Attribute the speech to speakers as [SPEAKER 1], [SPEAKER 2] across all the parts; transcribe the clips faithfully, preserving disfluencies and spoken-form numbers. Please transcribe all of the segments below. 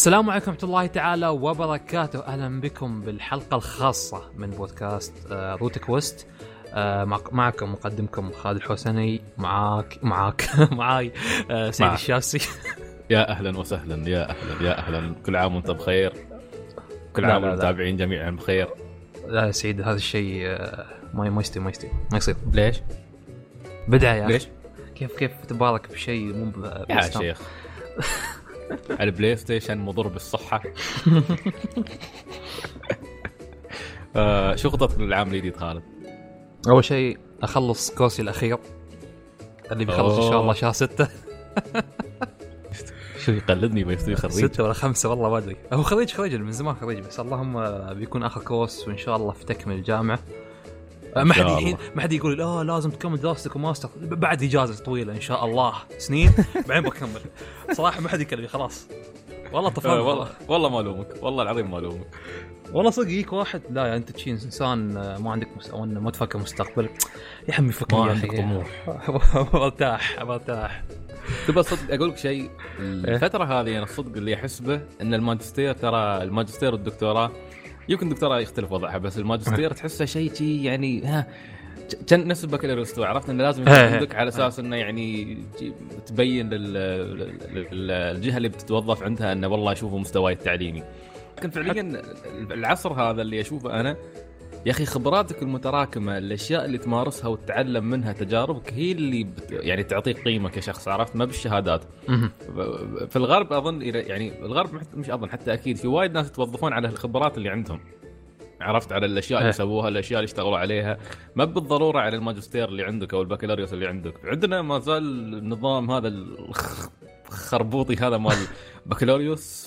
[SPEAKER 1] السلام عليكم ورحمة الله تعالى وبركاته. أهلا بكم بالحلقة الخاصة من بودكاست روت كويست. معكم مقدمكم خالد الحسني. معاك معاك معاي سيد مع. الشاسي.
[SPEAKER 2] يا أهلا وسهلا، يا أهلا يا أهلا، كل عام وانت بخير، كل عام والمتابعين جميعا بخير.
[SPEAKER 1] لا يا سيد، هذا الشيء ما ما يستوي ما يستوي ما يصير.
[SPEAKER 2] ليش؟
[SPEAKER 1] بدعة يا
[SPEAKER 2] ليش؟
[SPEAKER 1] كيف كيف تبارك بشيء مو
[SPEAKER 2] يا شيخ؟ البلاي ستيشن مضر بالصحة. آه شو خطتك للعام الجديد خالد؟
[SPEAKER 1] أول شيء أخلص كورسي الأخير اللي بيخلص إن شاء الله شهر ستة.
[SPEAKER 2] شو يقلدني ما يستوي خريج؟
[SPEAKER 1] ستة ولا خمسة والله ما أدري. هو خريج خريج من زمان خريج، بس اللهم بيكون آخر كورس وإن شاء الله في تكمل الجامعة. ما حد الحين ما حد يقول لا لازم تكمل دراستك وماستر بعد إجازة طويلة إن شاء الله سنين بعدين بكمل. صراحة ما حد يكلمني خلاص والله طفل.
[SPEAKER 2] أه والله والله ما لومك، والله العظيم ما لومك.
[SPEAKER 1] والله صدق يجيك واحد لا يعني أنت تشين إنسان ما عندك مستوى ما تفكر مستقبل. يا حمي فكر
[SPEAKER 2] ما عندك طموح.
[SPEAKER 1] مرتاح مرتاح.
[SPEAKER 2] تبى صدق أقول لك شيء، الفترة هذه أنا الصدق اللي أحسبه إن الماجستير، ترى الماجستير والدكتوراه يمكن الدكتوراه يختلف وضعها، بس الماجستير تحسه شيء شيء يعني ها كان نفس البكالوريوس. عرفت انه لازم يكون عندك على اساس انه يعني تبين للجهه اللي بتتوظف عندها انه والله اشوفه مستواي التعليمي. لكن فعليا العصر هذا اللي اشوفه انا يا اخي خبراتك المتراكمه، الاشياء اللي تمارسها وتتعلم منها، تجاربك هي اللي بت يعني تعطيك قيمه كشخص. عرفت؟ ما بالشهادات. في الغرب اظن يعني الغرب مش اظن حتى اكيد في وايد ناس يتوظفون على الخبرات اللي عندهم. عرفت؟ على الاشياء اللي سووها، الاشياء اللي اشتغلوا عليها، ما بالضروره على الماجستير اللي عندك او البكالوريوس اللي عندك. عندنا ما زال النظام هذا الخربوطي هذا مال بكالوريوس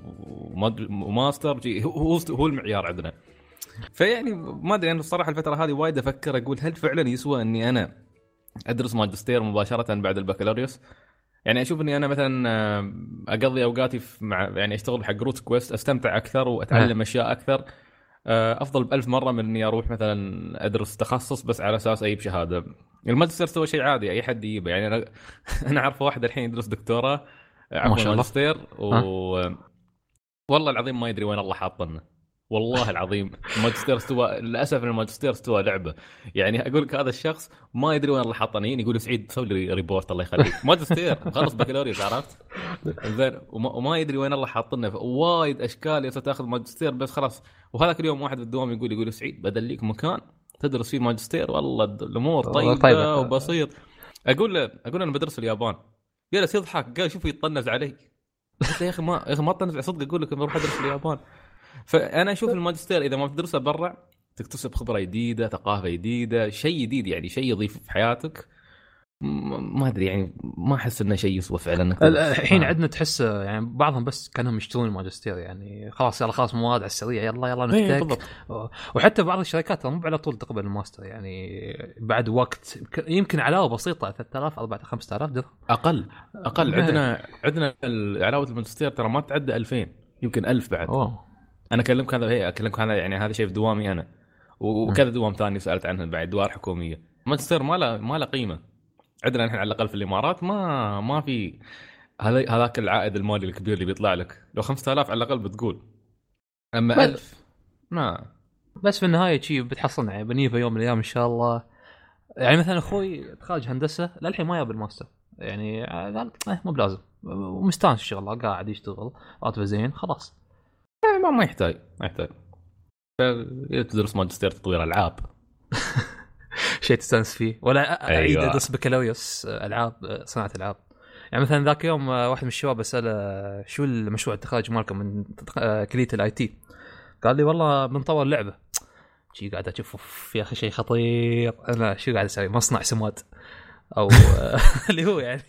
[SPEAKER 2] وماستر هو هو المعيار عندنا. فيعني ما ادري انا الصراحه الفتره هذه وايد افكر اقول هل فعلا يسوى اني انا ادرس ماجستير مباشره بعد البكالوريوس؟ يعني اشوف اني انا مثلا اقضي اوقاتي مع يعني اشتغل حق روت كويست، استمتع اكثر واتعلم اشياء اكثر، افضل بألف مره من اني اروح مثلا ادرس تخصص بس على اساس اجيب شهاده. الماجستير سوى شيء عادي اي حد يجيبه. يعني انا انا اعرف واحد الحين يدرس دكتوراه عفوا ماجستير و... والله العظيم ما يدري وين الله حاطنا. والله العظيم الماجستير استوى للاسف الماجستير استوى لعبه. يعني اقول لك هذا الشخص ما يدري وين الله حاطني، يقول سعيد سوي لي ريبورت الله يخليك ماجستير خلص بكالوريوس. عرفت؟ زين وما... وما يدري وين الله حاطنا. وايد اشكال يا تاخذ ماجستير بس خلاص. وهذاك اليوم واحد بالدوام يقول يقول سعيد بدل ليك مكان تدرس فيه ماجستير والله الامور طيبه, طيبة. وبسيط. اقول له اقول انا بدرس اليابان. جلس يضحك قال شوف يطنز علي. قلت يا اخي ما يا اخي ما تطنز صدق، اقول لك بروح ادرس اليابان. فانا اشوف الماجستير اذا ما بتدرسه برا تكتسب خبره جديده، ثقافه جديده، شيء جديد، يعني شيء يضيف في حياتك. ما ادري يعني ما احس انه شيء يسوى فعلا.
[SPEAKER 1] الحين عندنا تحس يعني بعضهم بس كانهم يشترون الماجستير، يعني خلاص يلا خلاص مواد على السريع يلا يلا نفتك. وحتى بعض الشركات مو على طول تقبل الماستر، يعني بعد وقت يمكن علاوه بسيطه ثلاثة آلاف أربعة آلاف خمسة آلاف درهم اقل
[SPEAKER 2] اقل. عندنا عندنا علاوه الماجستير ترى ما تعدى ألفين يمكن ألف بعد. أوه. انا اكلمك هذا هي اكلمك هذا يعني هذا شيء في دوامي انا وكذا دوام ثاني سالت عنه بعد دوار حكوميه. ماجستير ما له ما له قيمه عندنا نحن على الاقل في الامارات. ما ما في هذا هذاك العائد المالي الكبير اللي بيطلع لك. لو خمسة آلاف على الاقل بتقول، اما ألف ما.
[SPEAKER 1] بس في النهايه شيء بتحصلنا يعني بنيه في يوم من الايام ان شاء الله. يعني مثلا اخوي خارج هندسه للحين ما يابي الماستر، يعني قال اه مو بلازم ومستانس الشغل قاعد يشتغل راتبه زين خلاص
[SPEAKER 2] ما ما يحتاج ما يحتاج تدرس ماجستير تطوير العاب.
[SPEAKER 1] شيء تستانس فيه ولا اعيد أيوة. ادرس بكالوريوس العاب صناعه العاب. يعني مثلا ذاك يوم واحد من الشباب اساله شو المشروع التخرج مالكم من كليه الاي تي، قال لي والله بنطور لعبه. شي قاعد اشوف في اخي شيء خطير. انا شو قاعد اسوي؟ مصنع سماد او اللي هو يعني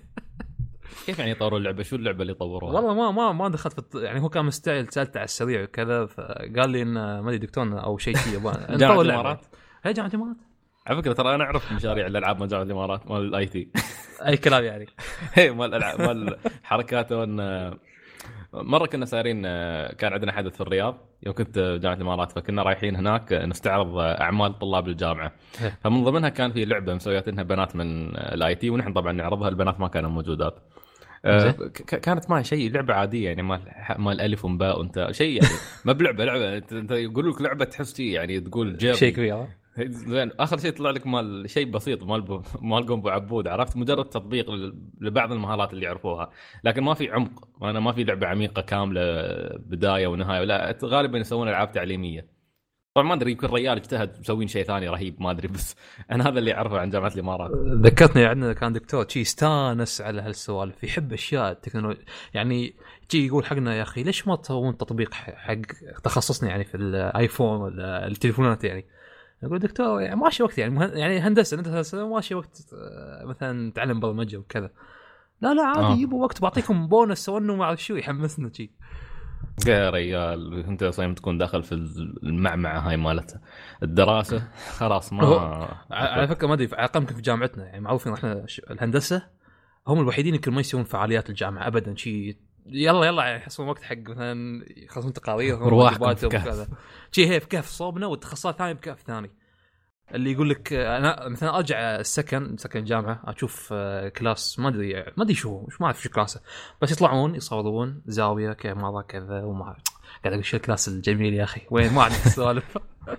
[SPEAKER 2] كيف يعني يطوروا اللعبه؟ شو اللعبه اللي طوروها؟
[SPEAKER 1] والله ما ما ما دخلت في يعني هو كان مستعجل سالته على السريع وكذا، فقال لي ان ما ادري دكتورنا او شيء شيء يبغى
[SPEAKER 2] نطور الامارات.
[SPEAKER 1] هي جامعه الامارات
[SPEAKER 2] على فكره ترى انا اعرف مشاريع الالعاب مال جامعه الامارات مال الاي تي.
[SPEAKER 1] اي كلام يعني.
[SPEAKER 2] هي مال الالعاب مال حركاتهم. مره كنا سايرين كان عندنا حدث في الرياض يوم كنت جامعه الامارات، فكنا رايحين هناك نستعرض اعمال طلاب الجامعه. فمن ضمنها كان في لعبه مسوياتها بنات من الاي تي ونحن طبعا نعرضها، البنات ما كانوا موجودات. آه كانت ما شيء لعبه عاديه يعني ما ما الالف وباء وانت شيء يعني ما بلعبه لعبه انت يقولوا لك لعبه تحس يعني تقول جيرني
[SPEAKER 1] شيء كبير.
[SPEAKER 2] زين اخر شيء طلع لك مال شيء بسيط مال مال قنبو عبود عرفت مجرد تطبيق لبعض المهارات اللي يعرفوها لكن ما في عمق وانا ما في لعبه عميقه كامله بدايه ونهايه لا غالبا يسوون العاب تعليميه. طبعا ما ادري يمكن ريال اجتهد مسوين شيء ثاني رهيب ما ادري بس انا هذا اللي اعرفه عن جامعه الامارات.
[SPEAKER 1] ذكرتني عندنا كان دكتور شي يستانس على هالسوالف يحب اشياء التكنولوجيا يعني جي يقول حقنا يا اخي ليش ما تسوون تطبيق حق تخصصنا يعني في الايفون ولا التليفونات يعني. يقول دكتور يعني ماشي وقت يعني يعني هندسه هندسه ماشي وقت مثلا تعلم برمجه وكذا. لا لا عادي يجيبوا آه. وقت بعطيكم بونس سوونه ما اعرف شو يحمسنا شي.
[SPEAKER 2] يا ريال انت صايم تكون داخل في المعمعه هاي مالته الدراسه خلاص ما
[SPEAKER 1] على فكره ما ادري على يمكن في جامعتنا يعني معروفين احنا الهندسه هم الوحيدين يمكن ما يسوون فعاليات الجامعه ابدا شيء يلا يلا يحصلون وقت حق مثلا يخلصون تقارير
[SPEAKER 2] وواجبات
[SPEAKER 1] وكذا شيء هي في كهف صوبنا والتخصصات ثانيه بكهف ثاني. اللي يقول لك انا مثلا ارجع السكن سكن الجامعه اشوف كلاس ما ادري ما ادري شو مش ما اعرف شو كلاسه بس يطلعون يصورون زاويه كذا مره كذا وما اعرف قاعد اقول شو الكلاس الجميل يا اخي وين ما اعرف السوالف.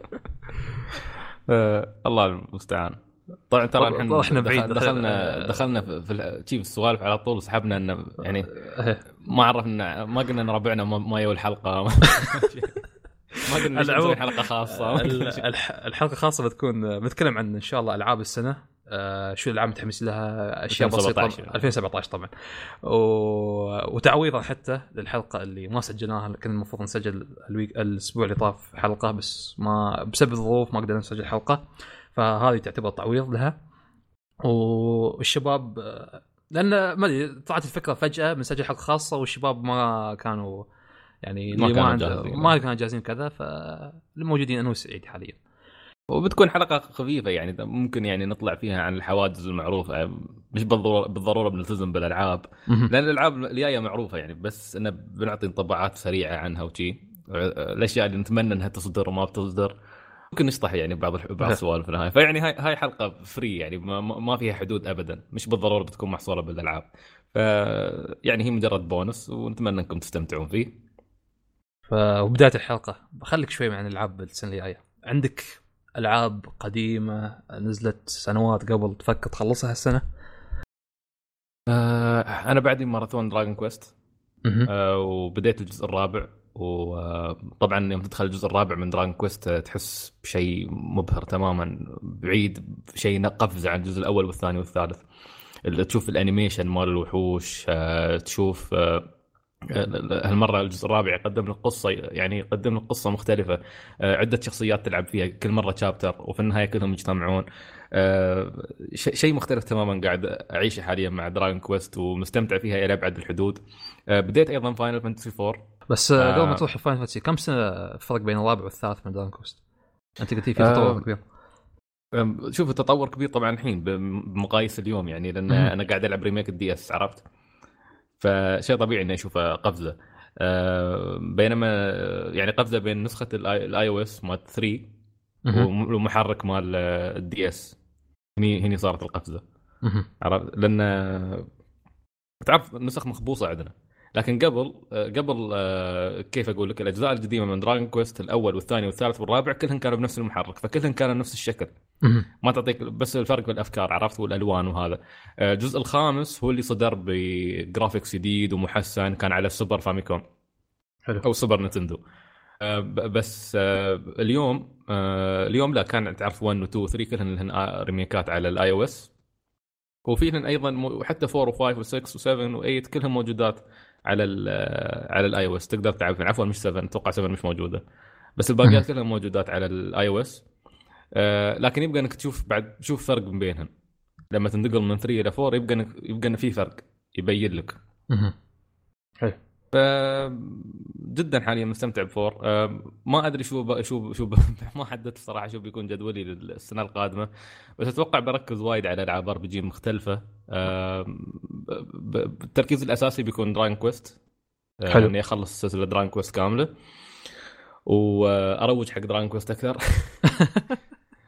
[SPEAKER 2] الله المستعان. طبعا ترى الحين
[SPEAKER 1] احنا بعيد
[SPEAKER 2] دخلنا دخلنا في في السوالف على طول وسحبنا انه يعني ما عرفنا ما قلنا ان ربعنا ما يو الحلقه ما قلنا نسوي حلقه خاصه.
[SPEAKER 1] الحلقه خاصه بتكون بنتكلم عن ان شاء الله العاب السنه آه شو الالعاب متحمس لها اشياء بسيطه ألفين وسبعة عشر طبعا و... وتعويضا حتى للحلقه اللي ما سجلناها كان المفروض نسجل الويك الاسبوع اللي طاف حلقه بس ما بسبب الظروف ما قدرنا نسجل حلقه فهذه تعتبر تعويض لها. والشباب لان ما ادري طلعت الفكره فجاه بنسجل حلقه خاصه والشباب ما كانوا يعني اللي ما عنده ما كانوا جاهزين كذا فالموجودين انه سعيد حاليا.
[SPEAKER 2] وبتكون حلقه خفيفه يعني ممكن يعني نطلع فيها عن الحوادث المعروفه مش بالضروره بالضروره بنلتزم بالالعاب لان الالعاب الجايه معروفه يعني بس انه بنعطي انطباعات سريعه عنها وشي الاشياء اللي نتمنى انها تصدر وما بتصدر ممكن نشطح يعني بعض بعض السوالف هاي فيعني هاي هاي حلقه فري يعني ما, ما فيها حدود ابدا مش بالضروره بتكون محصوره بالالعاب ف يعني هي مجرد بونس ونتمنى انكم تستمتعون فيه.
[SPEAKER 1] فبدايه الحلقه بخليك شوي عن الالعاب السنه الجايه. عندك العاب قديمه نزلت سنوات قبل تفكر تخلصها هالسنه؟
[SPEAKER 2] آه انا بعدي ماراثون دراجون كويست آه وبديت الجزء الرابع وطبعا يوم تدخل الجزء الرابع من دراجون كويست تحس بشيء مبهر تماما بعيد شيء قفز عن الجزء الاول والثاني والثالث. اللي تشوف الانيميشن مال الوحوش آه تشوف آه هالمره الجزء الرابع يقدم لك قصه يعني يقدم لك قصه مختلفه عده شخصيات تلعب فيها كل مره شابتر وفي النهايه كلهم يجتمعون شيء مختلف تماما قاعد اعيشه حاليا مع دراجون كويست ومستمتع فيها الى ابعد الحدود. بديت ايضا فاينل فانتسي فور
[SPEAKER 1] بس قبل ما تروح فاينل فانتسي كم سنه الفرق بين الرابع والثالث من دراجون كويست؟ انت قلت في تطور كبير.
[SPEAKER 2] شوف التطور كبير طبعا الحين بمقاييس اليوم يعني لان انا قاعد العب ريميك الدي اس عرفت فشيء طبيعي اني اشوفه قفزه أه بينما يعني قفزه بين نسخه الاي او اس مال ثري ومحرك مال الدي اس هني هني صارت القفزه عرفت لان تعرف النسخ مخبوصه عندنا لكن قبل قبل كيف اقول لك الاجزاء القديمه من دراجون كويست الاول والثاني والثالث والرابع كلهم كانوا بنفس المحرك فكلهم كانوا نفس الشكل ما تعطيك بس الفرق بالافكار عرفت والالوان وهذا. الجزء الخامس هو اللي صدر بجرافيكس جديد ومحسن كان على السوبر فاميكوم
[SPEAKER 1] حلو.
[SPEAKER 2] او سوبر نينتندو بس اليوم اليوم لا كان تعرف واحد و اثنين و ثلاثة كلهم ريميكات على الاي او اس وفيهن ايضا حتى أربعة و5 و6 و7 و8 كلهم موجودات على ال على الاي او اس تقدر تلعبهم عفوا مش سبعة اتوقع سبعة مش موجوده بس الباقيات كلها موجودات على الاي او اس آه لكن يبقى انك تشوف بعد تشوف فرق بينهم لما تنتقل من ثري الى فور يبقى انك يبقى ان في فرق يبين لك
[SPEAKER 1] حلو.
[SPEAKER 2] ف جدا حاليا مستمتع بفور آه ما ادري شو ب... شو شو ب... ما حددت الصراحه شو بيكون جدولي للسنه القادمه بس اتوقع بركز وايد على العاب ار بي جي مختلفه آه ب... ب... التركيز الاساسي بيكون دراجون كويست آه اني اخلص سلسله دراجون كويست كامله واروج حق دراجون كويست اكثر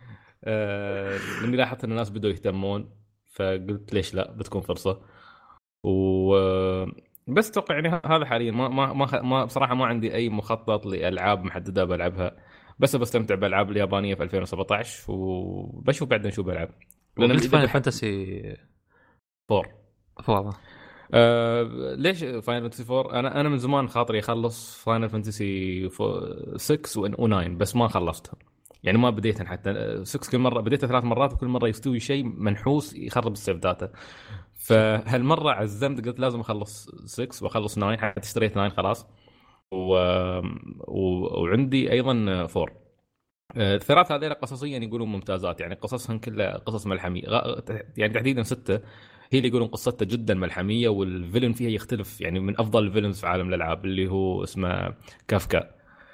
[SPEAKER 2] آه لاني لاحظت ان الناس بدوا يهتمون فقلت ليش لا بتكون فرصه و بس توقع يعني هذا حاليا ما ما ما, ما بصراحه ما عندي اي مخطط لالعاب محدده بلعبها، بس بستمتع بالالعاب اليابانيه في ألفين وسبعة عشر وبشوف بعدين شو بلعب.
[SPEAKER 1] لان فاينل فانتسي
[SPEAKER 2] فور
[SPEAKER 1] فور
[SPEAKER 2] أه ليش فاينل فانتسي فور؟ انا انا من زمان خاطري اخلص فاينل فانتسي ستة و9 بس ما خلصتها، يعني ما بديتها حتى. ستة كل مره بديتها ثلاث مرات وكل مره يستوي شيء منحوس يخرب السيف داتا. فهالمره عزمت قلت لازم اخلص ستة واخلص تسعة، حتى اشتريت تسعة خلاص. و... و... وعندي ايضا فور. الثلاث هذيل قصصيا يقولون ممتازات، يعني قصصهم كلها قصص ملحميه، يعني تحديدا ستة هي اللي يقولون قصتها جدا ملحميه، والفيلن فيها يختلف، يعني من افضل الفيلنز في عالم الالعاب اللي هو اسمه كافكا.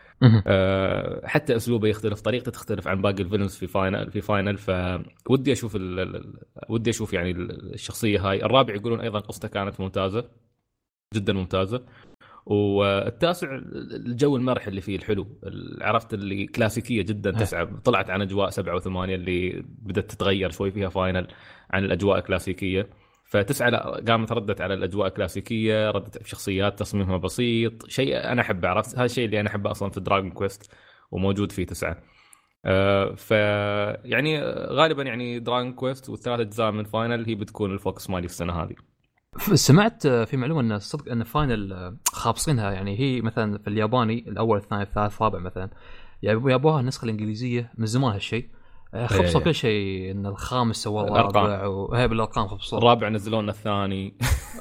[SPEAKER 2] أه حتى اسلوبه يختلف، طريقته تختلف عن باقي الفيلنز في فاينل في فاينل فودي اشوف ال... ال... ودي اشوف يعني الشخصيه هاي. الرابع يقولون ايضا قصته كانت ممتازه جدا ممتازه. والتاسع الجو المرح اللي فيه الحلو، عرفت اللي كلاسيكيه جدا. تسعه طلعت عن اجواء سبعة وثمانية اللي بدات تتغير شوي فيها فاينل عن الاجواء الكلاسيكيه. فتسعه لا قامت ردت على الاجواء الكلاسيكيه، ردت بشخصيات تصميمها بسيط، شيء انا احبه. عرفت هذا الشيء اللي انا احبه اصلا في دراجون كويست وموجود في تسعه. أه ف يعني غالبا يعني دراجون كويست والثلاث اجزاء من فاينل هي بتكون الفوكس مالي في السنه هذه.
[SPEAKER 1] سمعت في معلومه ان صدق ان فاينل خابصينها، يعني هي مثلا في الياباني الاول الثاني الثالث الرابع مثلا يابوها النسخه الانجليزيه من زمان هالشيء، خبصوا كل شيء. ان الخامس سوى الرابع وهي بالارقام خبصوا
[SPEAKER 2] الرابع نزلوا لنا الثاني.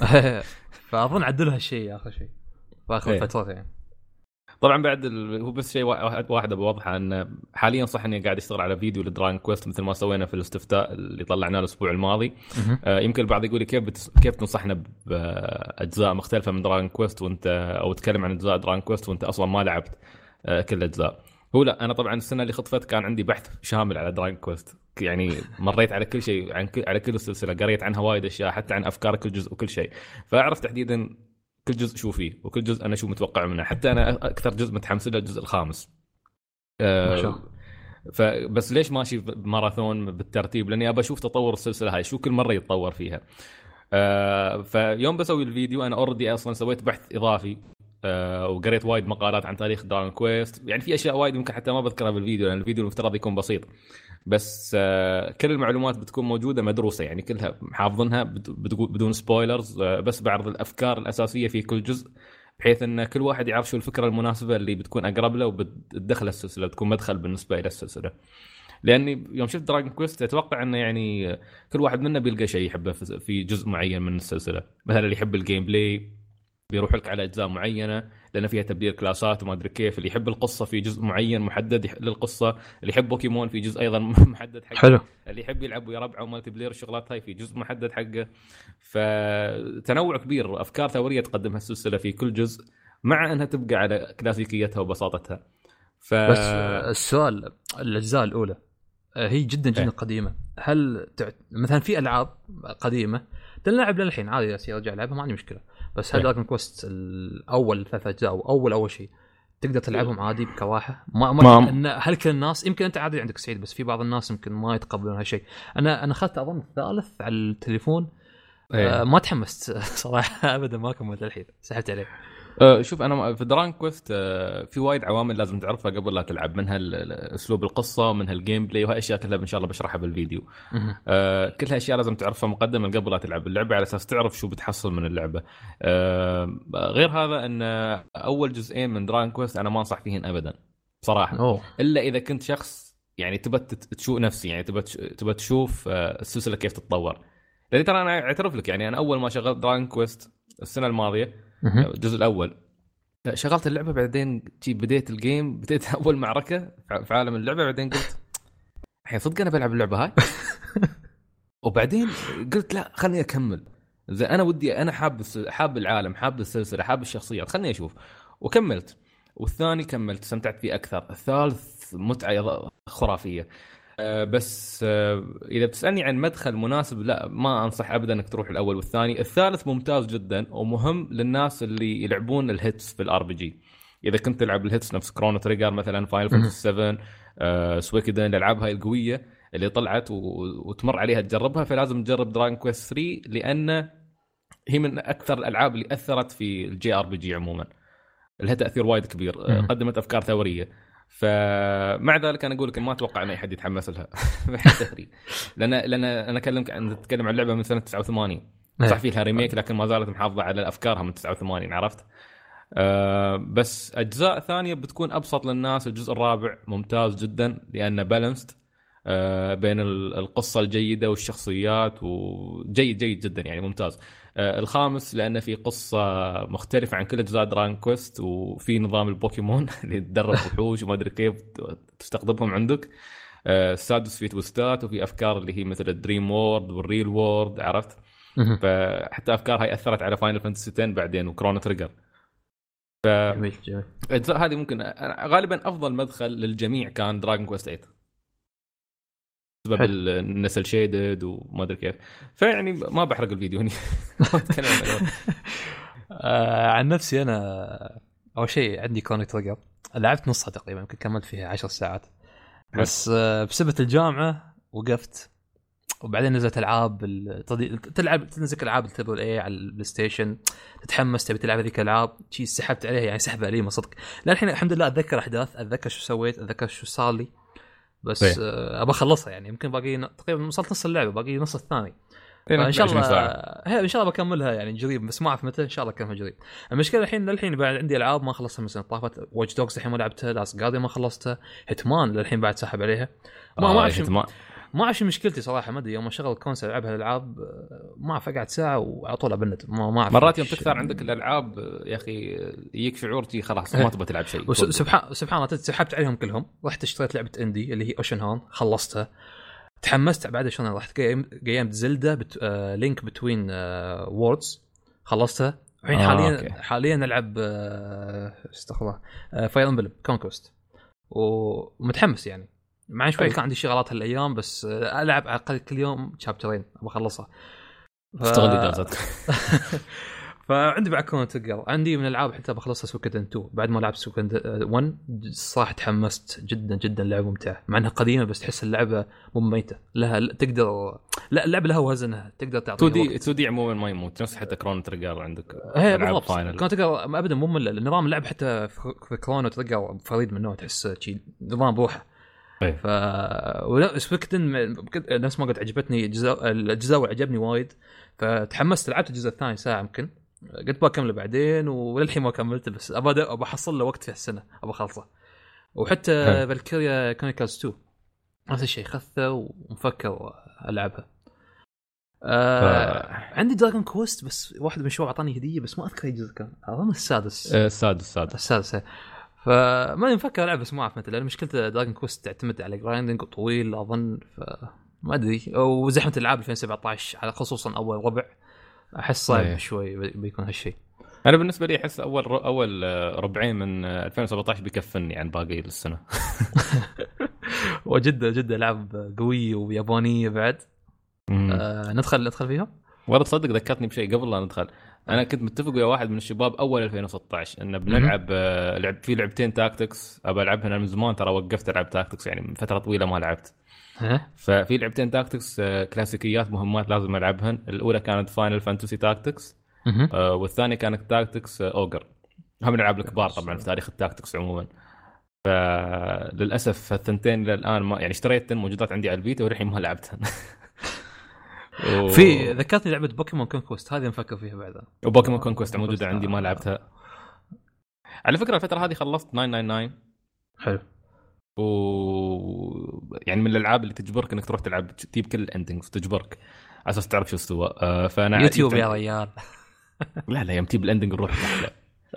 [SPEAKER 1] فاظن عدلوا هالشيء اخر شيء واخر فتره يعني.
[SPEAKER 2] طبعا بعد ال... هو بس شيء واحد واحد بوضحه، ان حاليا صح اني قاعد اشتغل على فيديو لدراين كويست مثل ما سوينا في الاستفتاء اللي طلعناه الاسبوع الماضي. آه يمكن البعض يقول لي كيف بتس... كيف تنصحنا باجزاء مختلفه من دراين كويست وانت او تتكلم عن اجزاء دراين كويست وانت اصلا ما لعبت آه كل الاجزاء. هو لا، انا طبعا السنه اللي خطفت كان عندي بحث شامل على دراين كويست، يعني مريت على كل شيء، عن كل... على كل السلسله، قريت عنها وايد اشياء حتى عن افكار كل جزء وكل شيء، فاعرف تحديدا كل جزء شو فيه وكل جزء انا شو متوقع منه. حتى انا اكثر جزء متحمس له الجزء الخامس. أه فبس ليش ماشي بماراثون بالترتيب؟ لاني ابى اشوف تطور السلسله هاي شو كل مره يتطور فيها. أه فيوم بسوي الفيديو انا اوريدي اصلا سويت بحث اضافي، أه وقريت وايد مقالات عن تاريخ دراجون كويست، يعني في اشياء وايد ممكن حتى ما بذكرها بالفيديو لان الفيديو المفترض يكون بسيط، بس آه كل المعلومات بتكون موجوده مدروسه، يعني كلها حافظنها بدون سبويلرز. آه بس بعرض الافكار الاساسيه في كل جزء بحيث ان كل واحد يعرف شو الفكره المناسبه اللي بتكون اقرب له وبتدخل السلسله، بتكون مدخل بالنسبه الى السلسله. لاني يوم شفت دراجون كويست اتوقع انه يعني كل واحد منا بيلقى شيء يحبه في جزء معين من السلسله. مثلا اللي يحب الجيم بلاي بيروح لك على اجزاء معينه لان فيها تبديل كلاسات وما ادري كيف، اللي يحب القصه في جزء معين محدد للقصه، اللي يحب بوكيمون في جزء ايضا محدد حقه،
[SPEAKER 1] حلو.
[SPEAKER 2] اللي يحب يلعب ويا ربعه ومالتي بلاير الشغلات هاي في جزء محدد حقه. فتنوع كبير وافكار ثوريه تقدمها السلسله في كل جزء مع انها تبقى على كلاسيكيتها وبساطتها.
[SPEAKER 1] ف... بس السؤال، الاجزاء الاولى هي جدا جدا ايه؟ قديمه. هل تعت... مثلا في العاب قديمه تلعب للحين عادي يا رجع العبها ما عندي مشكله، بس هل دراجون كويست الاول ثلاث اجزاء واول اول شيء تقدر تلعبهم عادي بكواحه؟ ما, ما إن هل كل الناس يمكن انت عادي عندك سعيد، بس في بعض الناس يمكن ما يتقبلون هالشيء. انا انا اخذت اظن الثالث على التليفون. آه ما تحمست صراحه ابدا، ما كملت الحين سحبت عليه.
[SPEAKER 2] أه شوف انا في دراجون كويست أه في وايد عوامل لازم تعرفها قبل لا تلعب، منها اسلوب القصه ومنها الجيم بلاي، وهي اشياء كلها ان شاء الله بشرحها بالفيديو. أه كلها اشياء لازم تعرفها مقدما قبل لا تلعب اللعبه على اساس تعرف شو بتحصل من اللعبه. أه غير هذا ان اول جزئين من دراجون كويست انا ما انصح فيهن ابدا بصراحه. أوه. الا اذا كنت شخص يعني تبى تشوف نفسي، يعني تبى تبى تشوف السلسله كيف تتطور. لان ترى انا اعترف لك يعني انا اول ما شغلت دراجون كويست السنه الماضيه الجزء الاول شغلت اللعبه، بعدين جي بديت الجيم بديت اول معركه في عالم اللعبه، بعدين قلت الحين صدق انا بلعب اللعبه هاي. وبعدين قلت لا خلني اكمل، زي انا ودي انا حاب حاب العالم حاب السلسله حاب الشخصيات خلني اشوف. وكملت، والثاني كملت استمتعت فيه اكثر، الثالث متعه خرافيه. أه بس أه اذا بتسالني عن مدخل مناسب لا ما انصح ابدا انك تروح الاول والثاني. الثالث ممتاز جدا ومهم للناس اللي يلعبون الهيتس في الار بي جي. اذا كنت تلعب الهيتس نفس كرونو تريجر مثلا، فاينل فانتسي سبعة، أه سويكدن، الالعاب هاي القويه اللي طلعت و... وتمر عليها تجربها، فلازم تجرب دراجون كويست ثلاثة لان هي من اكثر الالعاب اللي اثرت في الجي ار بي جي عموما، لها تاثير وايد كبير. م- قدمت افكار ثوريه. فمع ذلك انا اقول لك ما اتوقع ان اي حد يتحمس لها تهري. لان لان انا اكلمك عن نتكلم عن لعبه من سنه تسعة وثمانين، صح فيها ريميك لكن ما زالت محافظه على افكارها من تسعة وثمانين، عرفت؟ أه بس اجزاء ثانيه بتكون ابسط للناس. الجزء الرابع ممتاز جدا لانه بالانسد أه بين القصه الجيده والشخصيات، وجيد جيد جدا يعني ممتاز. أه الخامس لانه في قصه مختلفه عن كل اجزاء دراجون كويست، وفي نظام البوكيمون اللي تدرب وحوش وما ادري كيف تستخدمهم عندك. أه السادس في تويستات وفي افكار اللي هي مثل الدريم وورد والريل وورد، عرفت؟ فحتى افكار هاي اثرت على فاينل فانتسي عشرة بعدين وكرونو تريجر. ف الاجزاء هذه ممكن غالبا افضل مدخل للجميع كان دراجون كويست ثمانية بسبب النسل شيدد وما ادري كيف. فيعني ما بحرق الفيديو هني.
[SPEAKER 1] عن نفسي انا اول شيء عندي كرونو تريجر لعبت نصها تقريبا، يمكن كملت فيها عشر ساعات بس بسبب الجامعه وقفت. وبعدين نزلت العاب تلعب تنزل العاب التربل اي على البلاي ستيشن، تتحمس تبي تلعب هذيك الالعاب، شيء سحبت عليها يعني سحبه عليه ما صدق. للحين الحمد لله اتذكر احداث، اتذكر شو سويت، اتذكر شو صار لي، بس آه ابى اخلصها يعني. يمكن باقي تقريبا وصلت نص اللعبه، باقي نص الثاني. ان شاء الله هي ان شاء الله بكملها يعني قريب، بس ما اعرف متى. ان شاء الله اكملها قريب. المشكله الحين للحين بعد عندي العاب ما خلصتها، مثلا طافت واتش دوجز الحين ما لعبتها، لاست جارديان ما خلصتها، هيتمان للحين بعد ساحب عليها. ما آه ما اعرف ما اعرف مشكلتي صراحه، ما ادري يوم اشغل الكونسول العب هالالعاب ما اعرف اقعد ساعه وعلى طول ابند. ما اعرف
[SPEAKER 2] مرات يوم تكثر عندك الالعاب يا اخي يجيك شعور تي خلاص ما تبغى تلعب شيء.
[SPEAKER 1] سبحان سبحان الله سحبت عليهم كلهم. رحت اشتريت لعبه اندي اللي هي اوشن هون، خلصتها تحمست. بعد شلون رحت قيمت زلدة بت... آه... لينك بتوين آه... ووردز خلصتها. الحين آه حاليا أوكي. حاليا العب آه... استغفر الله فاير امبلم كونكوست ومتحمس يعني. مع شوي كان عندي شغلات هالايام، بس العب على الاقل كل يوم شابترين ابغى اخلصها.
[SPEAKER 2] ف... استغل اجازتك.
[SPEAKER 1] فعندي بعد كون تقر عندي من الالعاب حتى بخلصها سوكدن اثنين بعد ما لعبت سوكدن واحد. صراحه تحمست جدا جدا، لعبه ممتعه مع انها قديمه بس تحس اللعبه مميته لها تقدر. لا اللعبه لها وزنها، تقدر تعطي
[SPEAKER 2] تو دي تو دي عموما ما يموت نفس حتى كرون تريجر عندك.
[SPEAKER 1] هي بالضبط كرون تريجر ابدا مو ممل. نظام اللعب حتى في كرون تريجر فريد من نوع، تحس شيء نظام بروحه. ف ولا سبكتن نفس ما قلت عجبتني الجزء الجزء عجبني وايد، فتحمست لعبت الجزء الثاني ساعه يمكن، قلت بكمله بعدين وللحين ما كملته، بس ابى ابى احصل له وقت في السنه ابى اخلصه. وحتى فالكيريا كرونيكلز اثنين نفس الشيء خذته ومفكر العبها. آه ف... عندي دراجون كويست بس واحد من الشباب اعطاني هديه بس ما اذكر اي جزء كان، اظن السادس.
[SPEAKER 2] آه السادس السادس
[SPEAKER 1] السادس فما ينفكر العب بس ما اعرف متى، لان مشكلته دراجون كويست تعتمد على جرايندنج طويل اظن، فما ادري. وزحمه الالعاب ألفين وسبعة عشر على خصوصا اول ربع احس صعب شوي بيكون هالشيء.
[SPEAKER 2] انا بالنسبه لي احس اول اول ربعين من ألفين وسبعة عشر بيكفني عن باقي السنه.
[SPEAKER 1] وجدا جدا العاب قويه ويابانيه بعد. آه ندخل ندخل فيها.
[SPEAKER 2] والله تصدق ذكرتني بشيء قبل لا ندخل. انا كنت متفق ويا واحد من الشباب اول ألفين وستة عشر ان بنلعب لعب في لعبتين تاكتكس ابى العبها من زمان، ترى وقفت العب تاكتكس يعني من فتره طويله ما لعبت. ففي لعبتين تاكتكس كلاسيكيات مهمات لازم العبهن. الاولى كانت فاينل فانتسي تاكتكس آه والثانيه كانت تاكتكس اوجر. هم الالعاب الكبار طبعا في تاريخ التاكتكس عموما. فللاسف الثنتين للان ما يعني اشتريتهن موجودات عندي على الفيتا والحين ما لعبتهن.
[SPEAKER 1] و... في ذكرتني لعبه بوكيمون كونكوست هذه نفكر فيها بعدها.
[SPEAKER 2] وبوكيمون كونكوست موجوده عندي ما لعبتها. على فكره الفتره هذه خلصت تسعمية وتسعة وتسعين.
[SPEAKER 1] حلو.
[SPEAKER 2] و يعني من الالعاب اللي تجبرك انك تروح تلعب تجيب كل الاندنجز تجبرك على اساس تعرف شو استوى. آه فانا
[SPEAKER 1] يوتيوب يا ريال.
[SPEAKER 2] لا لا يوم تجيب الاندنج نروح احلى.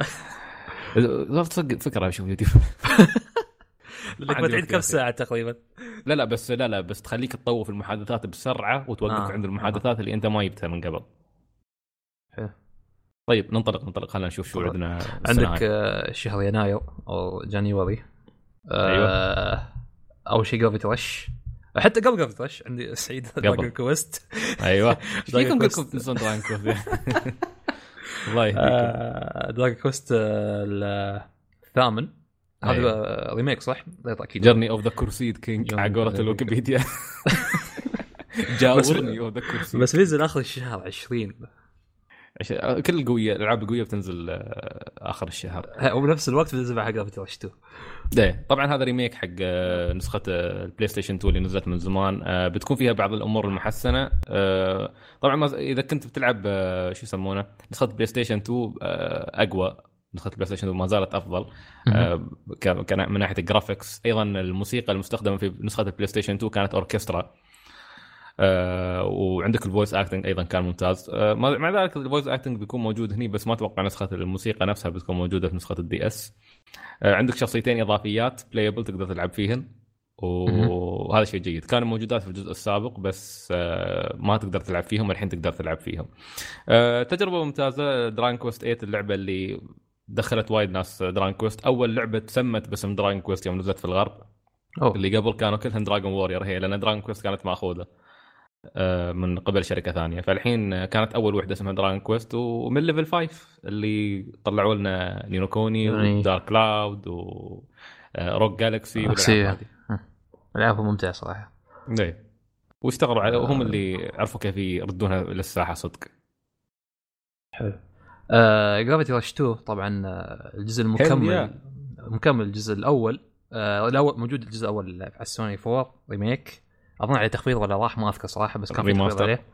[SPEAKER 2] تصدق فكره اشوف يوتيوب.
[SPEAKER 1] لك بتعيد كم ساعه تقريبا.
[SPEAKER 2] لا لا بس لا لا بس تخليك تطوف المحادثات بسرعه وتوقف آه. عند المحادثات آه. اللي انت ما جبتها من قبل.
[SPEAKER 1] حلو.
[SPEAKER 2] طيب ننطلق ننطلق خلينا نشوف شو عندنا.
[SPEAKER 1] عندك آه شهر يناير او جانيوري. آه
[SPEAKER 2] ايوه
[SPEAKER 1] اول شيء قبل ترش، حتى قبل قبل ترش عندي سعيد دراجون كويست.
[SPEAKER 2] ايوه فيكم قلتكم تنسون دراجون كويست. والله
[SPEAKER 1] دراجون كويست الثامن هذا ريميك صح؟
[SPEAKER 2] اكيد جيرني اوف ذا كورسيد كينج على قولة الويكيبيديا. جاورني اوف ذا كورسيد.
[SPEAKER 1] بس نزل اخر الشهر عشرين
[SPEAKER 2] كل القويه الالعاب القويه بتنزل اخر الشهر
[SPEAKER 1] وبنفس الوقت بتنزل حق جرافيتي رش تو.
[SPEAKER 2] ده طبعا هذا ريميك حق نسخه البلاي ستيشن تو اللي نزلت من زمان، بتكون فيها بعض الامور المحسنه. طبعا اذا كنت بتلعب شو يسمونه نسخه بلاي ستيشن تو اقوى، نسخه البلاي ستيشن تو ما زالت افضل كان من ناحيه الجرافيكس. ايضا الموسيقى المستخدمه في نسخه البلاي ستيشن تو كانت اوركسترا، آه وعندك الفويس اكتنج ايضا كان ممتاز. آه مع ذلك الفويس اكتنج بيكون موجود هني، بس ما اتوقع نسخه الموسيقى نفسها بتكون موجوده في نسخه الدي اس. آه عندك شخصيتين اضافيات بلايبل تقدر تلعب فيهن، وهذا شيء جيد. كانوا موجودات في الجزء السابق بس آه ما تقدر تلعب فيهم، الحين تقدر تلعب فيهم. آه تجربه ممتازه. دراين كويست ثمانية اللعبه اللي دخلت وايد ناس دراين كويست، اول لعبه تسمت باسم دراين كويست يوم نزلت في الغرب. أوه. اللي قبل كانوا كلهم دراجون وورير، هي لان دراجون كويست كانت ماخوذه من قبل شركه ثانيه، فالحين كانت اول وحده اسمها دراجون كويست. ومن ليفل خمسة اللي طلعوا لنا نينوكوني ودارك كلاود وروك جالكسي والالعاب هذه.
[SPEAKER 1] العاب ممتعه صراحه.
[SPEAKER 2] اي واشتغلوا على وهم اللي عرفوا كيف يردونها للساحه صدق.
[SPEAKER 1] حلو. آه جرافيتي رش تو طبعا الجزء المكمل مكمل الجزء الاول. آه الاول موجود الجزء الاول على السوني فور ريميك، اظن عليه تخفيض ولا راح ما اذكر صراحه، بس كان في تخفيض عليه.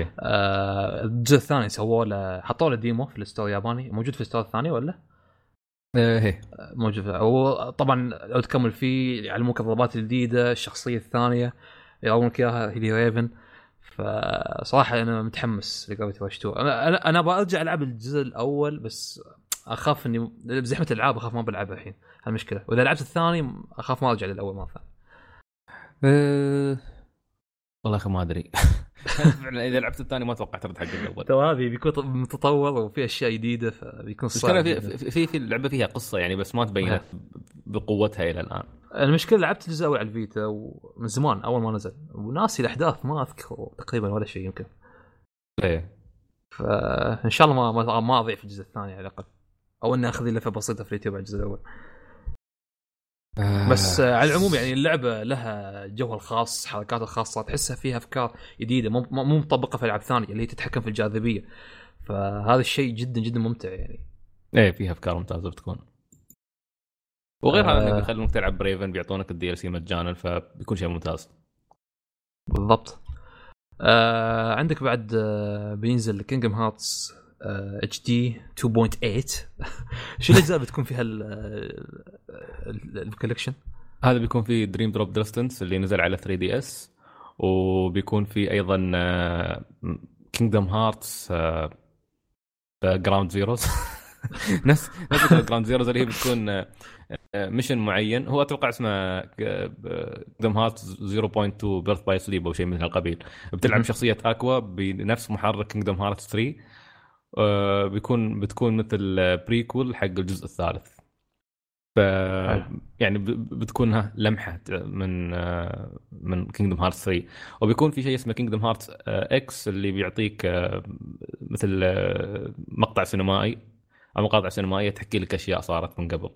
[SPEAKER 1] آه الجزء الثاني سووا له حطوا له ديمو في الستور الياباني، موجود في الستور الثاني ولا
[SPEAKER 2] ايه
[SPEAKER 1] موجود. وطبعا لو تكمل فيه يعلموك الضربات الجديده، الشخصيه الثانيه يعلمونك اياها هيلي ريفن. فصراحه انا متحمس لجرافيتي رش تو. انا انا, أنا برجع العب الجزء الاول، بس اخاف اني بزحمه الالعاب اخاف ما بلعبها الحين، هالمشكله. واذا لعبت الثاني اخاف ما ارجع للاول مره ثانيه.
[SPEAKER 2] أه... والله اخي ما ادري. فعلا اذا لعبت الثاني ما توقعت ارد حق الاول.
[SPEAKER 1] تو هذه بيكون متطور وفي اشياء جديده، فبيكون صعب.
[SPEAKER 2] في في في اللعبه فيها قصه يعني، بس ما تبينت بقوتها الى الان.
[SPEAKER 1] المشكله لعبت الجزء الاول على الفيتا ومن زمان اول ما نزل، وناسي الاحداث ما اذكر تقريبا ولا شيء يمكن.
[SPEAKER 2] ايه
[SPEAKER 1] فان شاء الله ما ما اضيع في الجزء الثاني على الاقل، او اني اخذ لفه بسيطه في اليوتيوب على الجزء الاول. آه. بس على العموم يعني اللعبه لها جوها الخاص، حركاتها الخاصه، تحسها فيها افكار جديده مو مو مطبقه في العاب ثانيه اللي هي تتحكم في الجاذبيه. فهذا الشيء جدا جدا ممتع يعني.
[SPEAKER 2] ايه فيها افكار ممتازه بتكون. وغير هذا آه. بيخلونك تلعب بريفن، بيعطونك الدي ال سي مجانا، فبيكون شيء ممتاز.
[SPEAKER 1] بالضبط. آه عندك بعد آه بينزل كينجدم هارتس اتش دي تو بوينت ثمانية. شو الاجزاء بتكون في هالكولكشن؟
[SPEAKER 2] هذا بيكون في دريم دروب ديستنس اللي نزل على ثري دي اس، وبيكون في ايضا كينجدم هارتس جراوند زيروز. نفس نفس جراوند زيروز اللي هي بتكون ميشن معين، هو اتوقع اسمه كينجدم هارتس زيرو بوينت تو بيرث باي سليب او شيء من هالقبيل. بتلعب شخصيه اكوا بنفس محرك كينجدم هارتس ثري. آه بيكون بتكون مثل بريكول حق الجزء الثالث. ف يعني بتكون لمحه من آه من كينجدم هارتس ثري. وبيكون في شيء اسمه كينجدم هارتس آه اكس اللي بيعطيك آه مثل آه مقطع سينمائي او مقاطع سينمائيه تحكي لك اشياء صارت من قبل.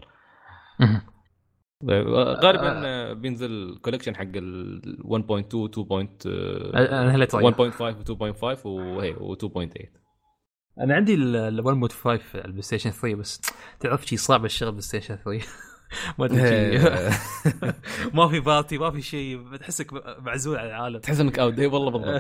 [SPEAKER 2] غالبا بينزل كولكشن حق ال ون بوينت تو تو بوينت ون بوينت فايف و تو بوينت فايف وهي و تو بوينت ثمانية.
[SPEAKER 1] انا عندي ال ون بوينت فايف على البلاي ستيشن ثري، بس تعرف شيء صعب الشغل بالبلاي ستيشن ثري. ما ادري ما في بارتي ما في شيء، بتحسك معزول عن العالم،
[SPEAKER 2] تحس انك اوت. اي والله بالضبط.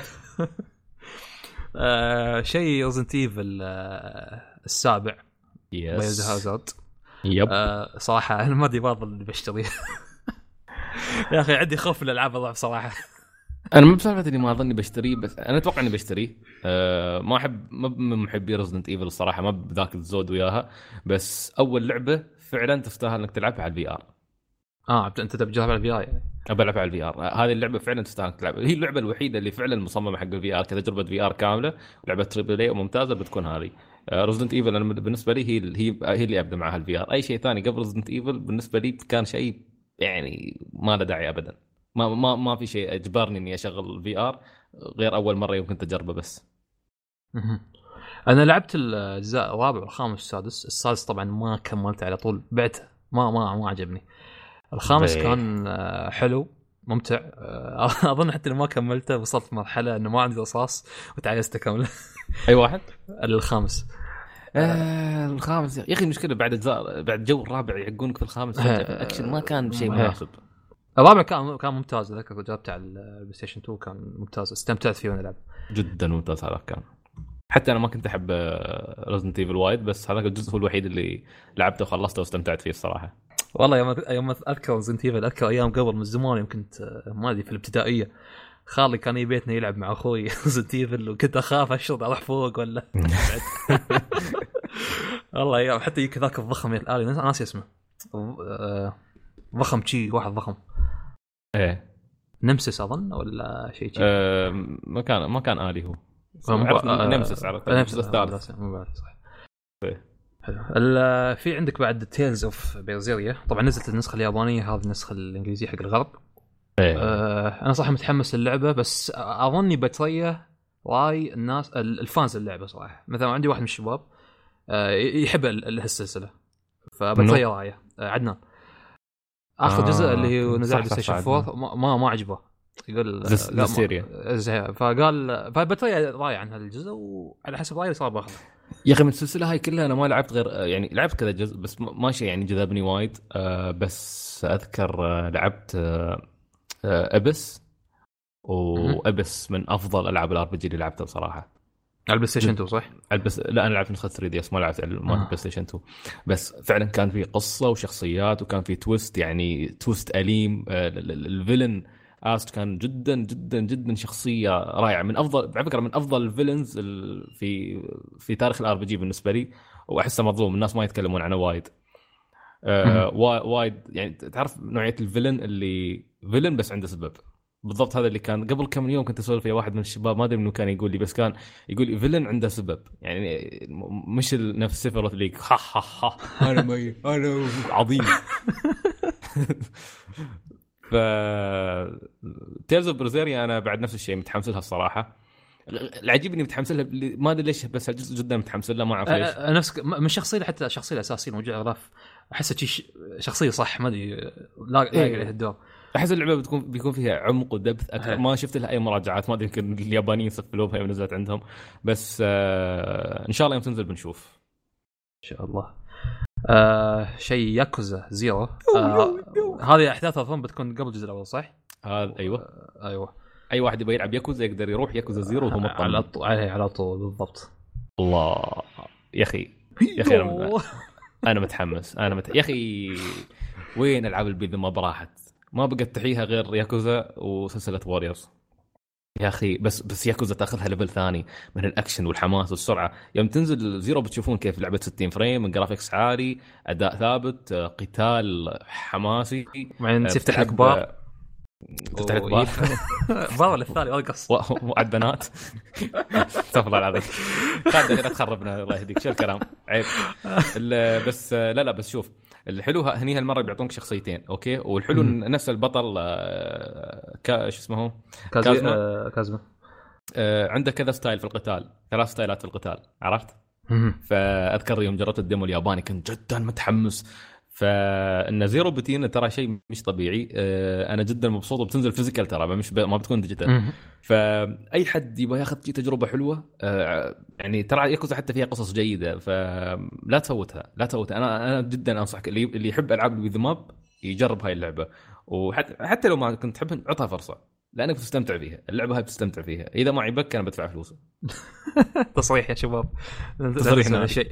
[SPEAKER 1] آه شيء ريزنت ايفل السابع
[SPEAKER 2] يس
[SPEAKER 1] هازارد.
[SPEAKER 2] يب
[SPEAKER 1] آه صراحه انا ما ادري بفضل بشتري. يا اخي عندي خوف من الالعاب الضعف صراحه.
[SPEAKER 2] انا ما بسالفه اني ما اظني بشتريه، بس انا اتوقع اني بشتريه. أه ما احب ما من محبي ريزدنت ايفل الصراحه، ما بذاك الزود وياها، بس اول لعبه فعلا تستاهل انك تلعبها على الفي ار.
[SPEAKER 1] اه انت تبي تلعبها على الفي ار يعني؟
[SPEAKER 2] ابى العبها على الفي ار. هذه اللعبه فعلا تستاهل تلعبها، هي اللعبه الوحيده اللي فعلا مصممه حق الفي ار كتجربه في ار كامله، لعبه تريبل اي وممتازه بتكون هذه. ريزدنت ايفل انا بالنسبه لي هي هي هي اللي ابدا معها الفي ار. اي شيء ثاني قبل ريزدنت ايفل بالنسبه لي كان شيء يعني ما له داعي ابدا. ما ما ما في شيء اجبرني اني اشغل الفي ار غير اول مره يمكن تجربه بس.
[SPEAKER 1] انا لعبت الجزء الرابع والخامس والسادس. السادس طبعا ما كملت على طول، بعته ما ما ما عجبني. الخامس بي. كان حلو ممتع. اظن حتى لما كملته وصلت مرحله انه ما عندي رصاص وتعيست اكمله.
[SPEAKER 2] اي واحد؟
[SPEAKER 1] الخامس.
[SPEAKER 2] آه الخامس يا اخي المشكله بعد الزار بعد جو الرابع يعقونك في الخامس. الاكشن ما كان شيء مناسب.
[SPEAKER 1] الرابع كان كان ممتاز. ذكر جربت على البلاي ستيشن تو كان ممتاز، استمتعت فيه وانا العب
[SPEAKER 2] جدا ممتاز. هذا كان حتى انا ما كنت احب ريزنت ايفل وايد، بس هذا الجزء هو الوحيد اللي لعبته وخلصته واستمتعت فيه الصراحه.
[SPEAKER 1] والله يوم يوم اذكر ريزنت ايفل اذكر ايام قبل من زمان، يمكن ما ادري في الابتدائيه خالي كان يبيتنا يلعب مع اخوي ريزنت ايفل، وكنت اخاف اشرب اروح فوق ولا والله يا حتى يك ذاك الضخم الالي ناسي اسمه، ضخم شي واحد ضخم
[SPEAKER 2] ايه
[SPEAKER 1] نمسس اظن ولا شيء شيء
[SPEAKER 2] أه ما كان ما كان آلي هو نمسس عرفت نمسس الثالث
[SPEAKER 1] صح. في عندك بعد تيلز اوف بيرزيريا، طبعا نزلت النسخه اليابانيه، هذه النسخه الانجليزيه حق الغرب.
[SPEAKER 2] إيه.
[SPEAKER 1] أه انا صراحه متحمس للعبه، بس اظني بتريه واي الناس الفانز اللعبه صراحه. مثلا عندي واحد من الشباب أه يحب السلسله فبتريه رايه. أه عدنان اخر آه. جزء اللي هو نزل على ستيشن فور ما ما عجبه، يقول
[SPEAKER 2] لا
[SPEAKER 1] ما... فقال فبتريه رايه عن هالجزء، وعلى حسب رايه صار باخذ.
[SPEAKER 2] يا اخي من السلسله هاي كلها انا ما لعبت غير يعني لعبت كذا جزء بس ما شيء يعني جذبني وايد. أه بس اذكر أه لعبت أه ابس وابس من افضل العاب الار بي جي اللي لعبتها بصراحه
[SPEAKER 1] على البلاي ستيشن تو صح؟
[SPEAKER 2] البس لا انا لعبت نسخه ثري دي اس ما لعبت على البلاي ستيشن تو، بس فعلا كان في قصه وشخصيات وكان في تويست يعني تويست اليم. أه الفيلن آست كان جدا جدا جدا شخصيه رائعه، من افضل على فكره من افضل الفيلنز في في تاريخ الار بي جي بالنسبه لي، واحسه مظلوم الناس ما يتكلمون عنه وايد. آه وايد يعني تعرف نوعيه الفيلن اللي فيلن بس عنده سبب بالضبط. هذا اللي كان قبل كم يوم كنت اسولف ويا واحد من الشباب ما ادري منو كان يقول لي، بس كان يقول لي فيلن عنده سبب يعني مش نفس سيفرت اللي ها ها ها انا مي انا عظيم. ف تيلز اوف برزيريا انا بعد نفس الشيء متحمس لها الصراحه. العجيب اني متحمس لها ما ادري ليش، بس الجزء جدا متحمس لها ما اعرف ليش.
[SPEAKER 1] نفس من شخصيه حتى الشخصيه الاساسيه موجود غلاف احسها شيء شخصيه صح ما ادري لاقي عليه الدور.
[SPEAKER 2] احس اللعبه بتكون بيكون فيها عمق ودبث اكثر. ما شفت لها اي مراجعات، ما ادري يمكن اليابانيين سفلوا بها يوم نزلت عندهم، بس آه ان شاء الله يوم تنزل بنشوف
[SPEAKER 1] ان شاء الله. آه شيء ياكوزا زيرو آه هذه احداثها اظن بتكون قبل الجزء الاول صح؟
[SPEAKER 2] هذا ايوه
[SPEAKER 1] آه ايوه
[SPEAKER 2] اي واحد يبغى يلعب ياكوزا يقدر يروح ياكوزا زيرو وهو مطمن
[SPEAKER 1] على طول عليه على طول بالضبط.
[SPEAKER 2] الله يا اخي يا اخي انا, أنا متحمس انا مت... يا اخي وين العاب البيذ ما براحت ما بقت تحيها غير ياكوزا وسلسله واريورز يا اخي. بس بس ياكوزا تاخذها ليفل ثاني من الاكشن والحماس والسرعه. يوم تنزل زيرو بتشوفون كيف لعبه ستين فريم من جرافيكس عالي، اداء ثابت، قتال حماسي،
[SPEAKER 1] بعدين تفتح لك بار
[SPEAKER 2] تفتح لك بار
[SPEAKER 1] بار الثاني ارقص
[SPEAKER 2] وعد بنات استغفر الله العظيم خالد لا تخربنا الله يهديك شو الكلام عيب. بس لا لا بس شوف الحلو هني هالمره بيعطونك شخصيتين اوكي، والحلو نفس البطل كا شو اسمه
[SPEAKER 1] كازما كازما
[SPEAKER 2] آه عنده كذا ستايل في القتال، ثلاث ستايلات في القتال عرفت. فاذكر يوم جربت الديمو الياباني كنت جدا متحمس. فان زيرو بتين ترى شيء مش طبيعي. آه انا جدا مبسوط وبتنزل فيزيكال ترى مش ب... ما بتكون ديجيتال. فاي حد يبغى ياخذ تجربه حلوه آه يعني ترى ياكوزا حتى فيها قصص جيده فلا تفوتها لا تفوتها. انا انا جدا انصحك اللي اللي يحب العاب الويذ ماب يجرب هاي اللعبه، وحتى حتى لو ما كنت تحب عطها فرصه لانك بتستمتع فيها. اللعبه هاي بتستمتع فيها، اذا ما عجبك انا بدفع فلوس.
[SPEAKER 1] تصريح يا شباب
[SPEAKER 2] تصريح هذا
[SPEAKER 1] شيء.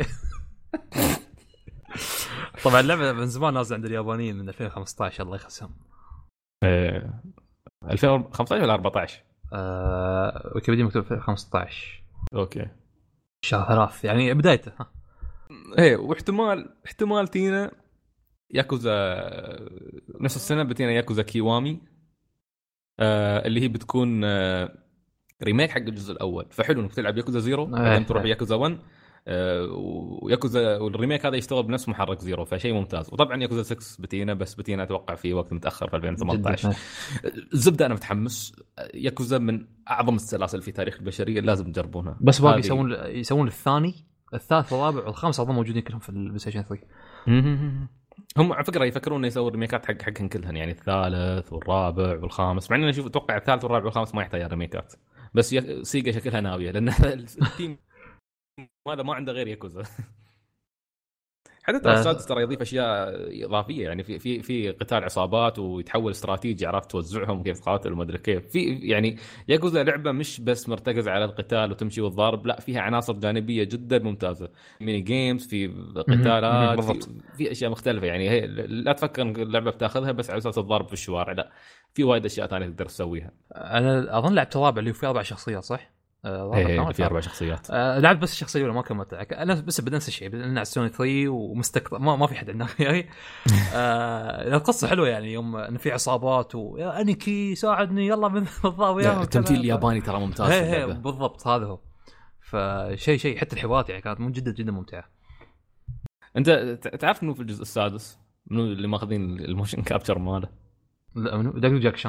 [SPEAKER 1] طبعا اللعبه من زمان نازله عند اليابانيين من ألفين وخمسطعش الله يخسهم.
[SPEAKER 2] ايه ألفين وخمسطعش ولا أربعطعش؟
[SPEAKER 1] آه ويكيبيديا مكتوب ألفين وخمسطعش.
[SPEAKER 2] اوكي
[SPEAKER 1] شهر ثلاث يعني بدايته.
[SPEAKER 2] ايه واحتمال احتمال تينا ياكوزا نفس السنه بتينا ياكوزا كيوامي آه اللي هي بتكون آه ريميك حق الجزء الاول. فحلو انك تلعب ياكوزا زيرو بعدين تروح ياكوزا ون آه وياكوزا والريميك هذا يشتغل بنفس محرك زيرو فشيء ممتاز. وطبعا ياكوزا ستة بتينا بس بتينا اتوقع في وقت متاخر في ألفين وثمانطعش. الزبده انا متحمس. ياكوزا من اعظم السلاسل في تاريخ البشريه لازم تجربونها.
[SPEAKER 1] بس باقي يسوون يسوون الثاني الثالث والرابع والخامس اظن موجودين كلهم في البلاي ستيشن ثري.
[SPEAKER 2] هم على فكره يفكرون يسووا ريميكات حق حقهم كلهن، يعني الثالث والرابع والخامس، مع اني اشوف اتوقع الثالث والرابع والخامس ما يحتاج ريميكات، بس ي... سيجا شكلها ناويه لان التيم هذا ما عنده غير ياكوزا. حتى ترى السادس ترى يضيف اشياء اضافيه، يعني في في في قتال عصابات ويتحول استراتيجي، عرفت توزعهم كيف تقاتل وما ادري كيف. في يعني ياكوزا لعبه مش بس مرتكزه على القتال وتمشي والضرب، لا فيها عناصر جانبيه جدا ممتازه، ميني جيمز، في قتالات، في, في اشياء مختلفه. يعني هي لا تفكر ان اللعبه بتاخذها بس على اساس الضرب في الشوارع، لا في وايد اشياء ثانيه تقدر تسويها.
[SPEAKER 1] انا اظن لعبت الرابع اللي فيه اربع شخصيات صح؟
[SPEAKER 2] ايه في اربع شخصيات.
[SPEAKER 1] آه لعبت بس الشخصيه الاولى ما كملتها، انا بس بدي انسى شيء بدنا على سوني ثلاثة ومستقطع ما, ما في حد عندنا يعني. آه القصه حلوه يعني، يوم ان في عصابات ويا انيكي ساعدني يلا من الضاويه.
[SPEAKER 2] التمثيل الياباني ترى ممتاز.
[SPEAKER 1] هي هي بالضبط هذا هو. فشيء شيء حتى الحوارات يعني كانت من جدا جدا ممتعه.
[SPEAKER 2] انت تعرف انه في الجزء السادس منو اللي ماخذين الموشن كابتشر ماله؟
[SPEAKER 1] لا منو داكو جاكشن.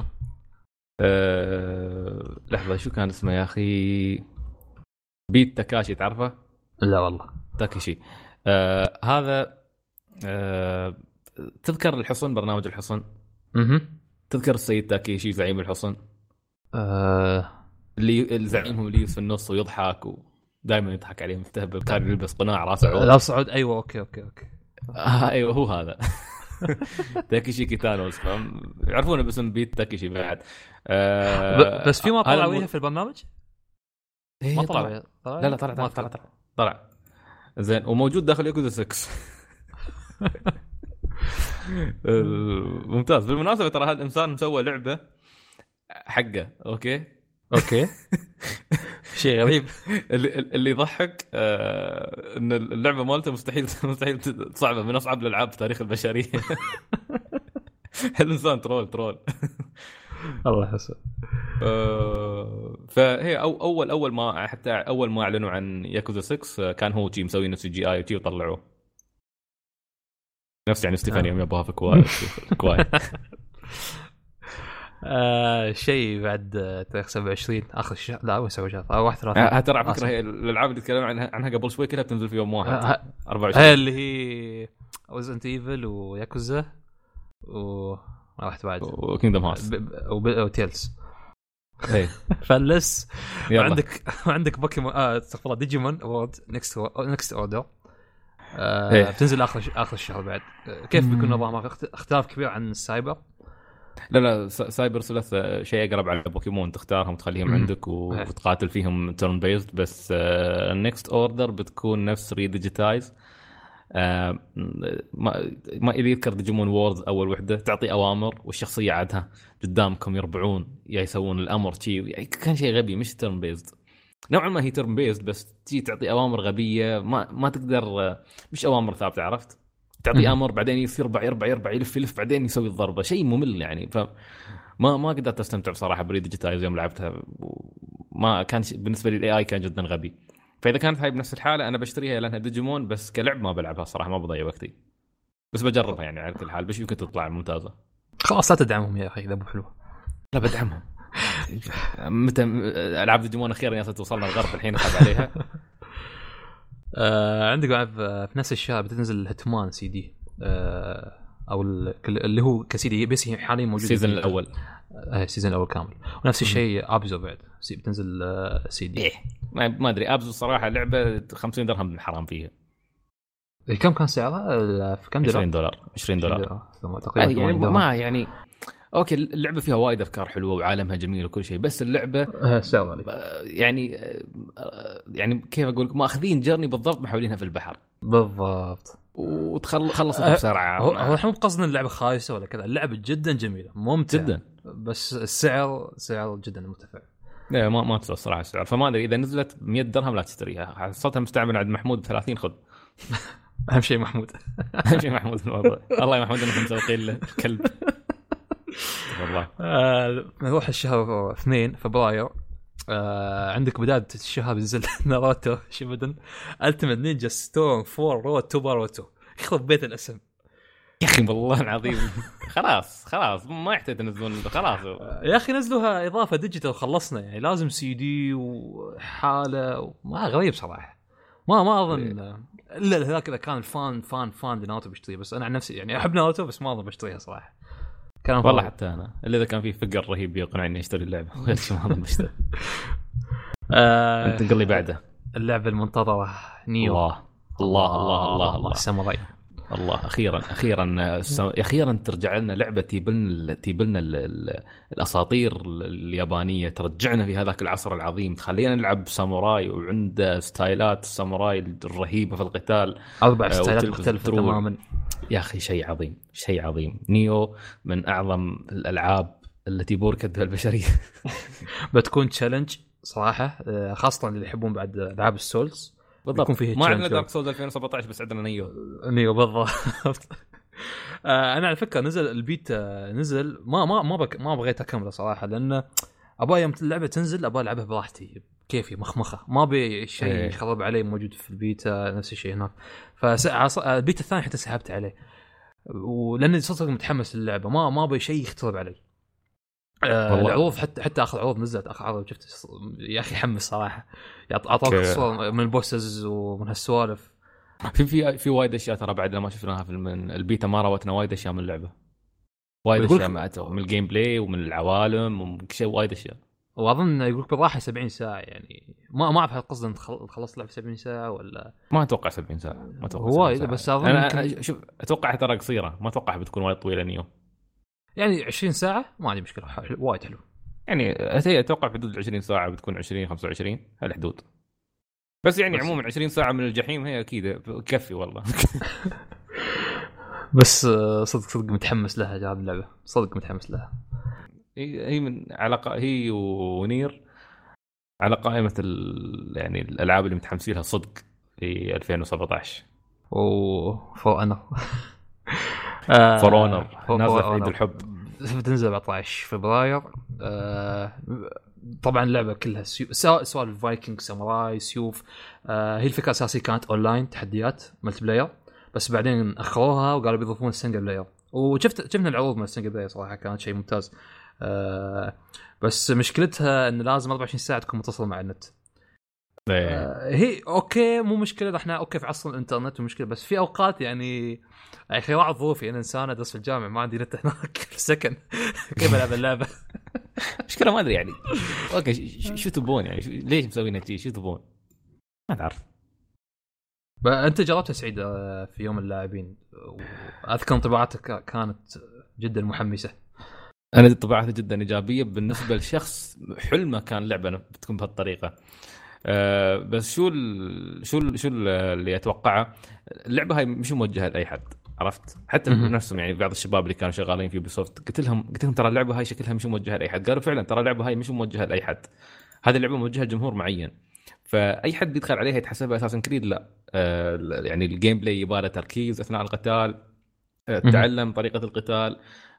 [SPEAKER 2] أه... لحظة شو كان اسمه يا أخي؟ بيت تاكاشي تعرفه؟
[SPEAKER 1] لا والله
[SPEAKER 2] تاكاشي. أه... هذا أه... تذكر الحصن، برنامج الحصن؟
[SPEAKER 1] اها
[SPEAKER 2] تذكر السيد تاكاشي زعيم الحصن؟
[SPEAKER 1] أه...
[SPEAKER 2] اللي الزعيم هو اللي في النص ويضحك ودائما يضحك عليه مستهبل، كان يلبس قناع راسه عود.
[SPEAKER 1] لا صعود ايوه اوكي اوكي اوكي
[SPEAKER 2] آه ايوه هو هذا. تاكاشي كيتانوس، فهم يعرفونه باسم بيت تاكاشي بعد.
[SPEAKER 1] أه... بس في ما طلع وجهه في البرنامج؟
[SPEAKER 2] ما طلع. طلع لا لا طلع طلع طلع, طلع, طلع. زين وموجود داخل ياكوزا ستة. ممتاز. بالمناسبة ترى هذا الإنسان مسوى لعبة حقه. أوكي
[SPEAKER 1] أوكي. شيء غريب.
[SPEAKER 2] اللي اللي يضحك آه إن اللعبة مالته مستحيل مستحيل صعبة، من أصعب الألعاب في تاريخ البشرية. هالإنسان ترول ترول.
[SPEAKER 1] الله يحسن.
[SPEAKER 2] أه فهي أو أول أول ما حتى أول ما أعلنوا عن ياكوزا ستة كان هو تيم مسوي نفس جي آي وتي وطلعوه نفس يعني ستيفاني يوم يبغاها في كواي كواي.
[SPEAKER 1] آه شيء بعد تاريخ سبعة وعشرين آخر الشهر، لا أول سبعة وعشرين أو واحد ثلاثين.
[SPEAKER 2] ترى على فكرة هي الألعاب اللي تكلم عنها عنها قبل شوي كلها بتنزل في يوم واحد. أربعة وعشرين
[SPEAKER 1] هي اللي هي ريزنت ايفل وياكوزا و واحد بعد
[SPEAKER 2] وكينغدم هارتس
[SPEAKER 1] وتيلز.
[SPEAKER 2] ايه
[SPEAKER 1] فلس. وعندك وعندك بوكيمون اه استغفر الله ديجيمون وورد نكست نكست اوردر آه بتنزل اخر اخر الشهر بعد. كيف بيكون نظامها؟ اختلاف كبير عن السايبر.
[SPEAKER 2] لا لا سايبر ثلاث شيء اقرب على بوكيمون، تختارهم تخليهم عندك وتقاتل فيهم تيرن بيست. بس النكست اوردر بتكون نفس ريديجيتايز. آه ما ما إذا يذكر ديجيمون وورد أول وحدة تعطي أوامر والشخصية عادها قدامكم يربعون يا يسوون الأمر شيء، يعني كان شيء غبي مش تيرن بيزد. نوعا ما هي تيرن بيزد بس تجي تعطي أوامر غبية، ما ما تقدر، مش أوامر ثابتة، عرفت؟ تعطي أمر بعدين يصير يربع يربع يربع يلف يلف بعدين يسوي الضربة، شيء ممل يعني. فما ما قدرت أستمتع بصراحة بريديجيتايز يوم لعبتها، ما كان بالنسبة لي الإي آي كان جدا غبي. فإذا كانت هاي بنفس الحالة أنا بشتريها لأنها ديجيمون، بس كلعب ما بلعبها صراحة، ما بضيع وقتي، بس بجربها يعني على كل حال، بش يمكن تطلع ممتازة.
[SPEAKER 1] خلاص لا تدعمهم يا أخي إذا مو حلوة.
[SPEAKER 2] لا بدعمهم. متى ألعاب ديجيمون أخيرا يا ست وصلنا الغرب الحين أخذ عليها.
[SPEAKER 1] آه عندك بعد في نفس الشهر بتنزل هتمان سي دي آه أو اللي هو كسيدي بس حاليا موجود
[SPEAKER 2] السيزن الأول.
[SPEAKER 1] السيزن الأول كامل. ونفس الشيء أبزو بعد بتنزل سي دي.
[SPEAKER 2] إيه ما أدري أبزو صراحة لعبة خمسين درهم من حرام فيها.
[SPEAKER 1] كم كان سعرها؟ في كم دولار؟
[SPEAKER 2] عشرين دولار. عشرين دولار
[SPEAKER 1] تقريبا.
[SPEAKER 2] يعني ما يعني أوكي اللعبة فيها وايد أفكار حلوة وعالمها جميل وكل شيء، بس اللعبة
[SPEAKER 1] سعرها
[SPEAKER 2] يعني يعني كيف أقول لك، ما أخذين جرني بالضبط محاولينها في البحر
[SPEAKER 1] بالضبط
[SPEAKER 2] وتخلص بسرعة.
[SPEAKER 1] هو هو مو بقصدنا اللعبة خايسة ولا كذا، اللعبة جدا جميلة ممتعة
[SPEAKER 2] جدا،
[SPEAKER 1] بس السعر سعر جدا مرتفع.
[SPEAKER 2] لا ما ما تسوى صراحة السعر، فما أدري إذا نزلت مية درهم لا تشتريها. حصلتها مستعمل عند محمود بثلاثين خذ.
[SPEAKER 1] أهم شيء محمود.
[SPEAKER 2] أهم شيء محمود في الموضوع. الله يا محمود أنك مسوقين له كلب. والله.
[SPEAKER 1] آه نروح الشهر اثنين فبراير. آه عندك بداية الشهر بينزل ناروتو شيبودن ألتيميت نينجا ستورم فور رود تو باروتو. يخرب بيت الاسم
[SPEAKER 2] يا أخي والله العظيم. خلاص خلاص ما يحتاج تنزلون خلاص
[SPEAKER 1] يا أخي نزلوها إضافة ديجيتال وخلصنا، يعني لازم سي دي وحالة ما غريب صراحة. ما ما أظن لا هذاك اذا كان الفان فان فان لناروتو بيشتريه، بس انا عن نفسي يعني احب ناروتو بس ما اظن بشتريها صراحه.
[SPEAKER 2] كان والله حتى انا اللي اذا كان في فقر رهيب يقنعني اشتري اللعبه غير شيء ما اظن بشتري. انت قل لي بعده
[SPEAKER 1] اللعبه المنتظره نيو.
[SPEAKER 2] الله الله الله الله الله
[SPEAKER 1] الساموراي.
[SPEAKER 2] الله اخيرا اخيرا اخيرا ترجع لنا لعبه تيبلنا تيبلنا الاساطير اليابانيه، ترجعنا في هذاك العصر العظيم، تخلينا نلعب ساموراي وعنده ستايلات الساموراي الرهيبه في القتال،
[SPEAKER 1] اربع ستايلات مختلفه تماما.
[SPEAKER 2] يا اخي شيء عظيم شيء عظيم. نيو من اعظم الالعاب التي بوركت بها البشريه.
[SPEAKER 1] بتكون تشالنج صراحه، خاصه اللي يحبون بعد العاب السولز.
[SPEAKER 2] بالضبط. ما عندنا دارك سولز ألفين وسبعطعش بس عندنا نيو.
[SPEAKER 1] نيو بالضبط. انا على فكره نزل البيتا، نزل ما ما ما بك ما بغيت اكمله صراحه، لان ابغى يوم اللعبه تنزل ابغى العبها براحتي كيفي مخمخه، ما ابي شيء
[SPEAKER 2] إيه.
[SPEAKER 1] يخرب علي موجود في البيتا نفس الشيء هناك. فالبيتا الثاني حتى سحبت عليه، ولاني صرت متحمس للعبه، ما ما ابي شيء يخترب علي. آه العروض حتى حتى اخر عروض نزلت، اخر عرض شفت يا اخي حمس صراحه، اعطاك صور من البوسز ومن هالسوالف.
[SPEAKER 2] في في في وايد اشياء ترى بعد ما شفناها في البيتا، ما روتنا وايد اشياء من اللعبه، وايد اشياء من الجيم بلاي ومن العوالم ومن شيء وايد اشياء.
[SPEAKER 1] واظن يقولك بالراحه سبعين ساعه، يعني ما ما اعرف القصد انت خلصت لعبه سبعين ساعه ولا
[SPEAKER 2] ما اتوقع سبعين ساعه. ما اتوقع
[SPEAKER 1] هو وايد، بس اظن
[SPEAKER 2] أنا ممكن... شوف اتوقع ترى قصيره، ما اتوقع بتكون وايد طويله نيو،
[SPEAKER 1] يعني عشرين ساعه ما عندي مشكله، وايد حلو.
[SPEAKER 2] يعني هي اتوقع في حدود عشرين ساعه، بتكون عشرين خمسة وعشرين هالحدود، بس يعني بس عموما عشرين ساعه من الجحيم هي اكيد كفي والله.
[SPEAKER 1] بس صدق صدق متحمس لها جاب اللعبه، صدق متحمس لها.
[SPEAKER 2] هي من علاقه هي ونير على قائمه ال... يعني الالعاب اللي متحمسين لها صدق في ألفين وسبعطعش.
[SPEAKER 1] اوه فور اونر.
[SPEAKER 2] فور اونر نازله في عيد الحب،
[SPEAKER 1] بتنزل أربعتاشر فبراير. آه طبعا اللعبه كلها سيو... سوالف فايكنج ساموراي سيوف. آه هي الفكره الاساسيه كانت اونلاين تحديات ملتي بلاير، بس بعدين اخروها وقالوا بيضيفون السنجل بلاير، وشفت شفنا العروض من السنجل بلاير صراحه كانت شيء ممتاز. آه بس مشكلتها ان لازم أربعة وعشرين ساعه تكون متصل مع النت. آه هي اوكي مو مشكله، احنا اوكي في عصر الانترنت ومشكله، بس في اوقات يعني يا اخي راعي ظروفي، انا انسان ادرس في الجامعه ما عندي نت هناك في السكن. كيف العب اللعبه؟
[SPEAKER 2] مشكله ما ادري يعني. اوكي شو تبون يعني؟ ليش مسوينا شيء؟ شو تبون؟ ما تعرف.
[SPEAKER 1] انت جربتها سعيد في يوم اللاعبين، اذكر انطباعاتك كانت جدا محمسه.
[SPEAKER 2] انا انطباعاتي جدا ايجابيه بالنسبه لشخص حلمه كان لعبه بتكون بهالطريقه. أه بس شو ال شو ال شو ال اللي اتوقعه، اللعبه هاي مش موجهه لاي حد، عرفت؟ حتى نفسهم يعني بعض الشباب اللي كانوا شغالين في بيسوفت قلت لهم قلت لهم ترى اللعبه هاي شكلها مش موجهه لاي حد، قالوا فعلا ترى اللعبه هاي مش موجهه لاي حد، هذه اللعبه موجهه لجمهور معين، فاي حد بيدخل عليها يتحسبها اساسا كريد لا. أه يعني الجيم بلاي يبغى تركيز اثناء القتال، تعلم طريقه القتال.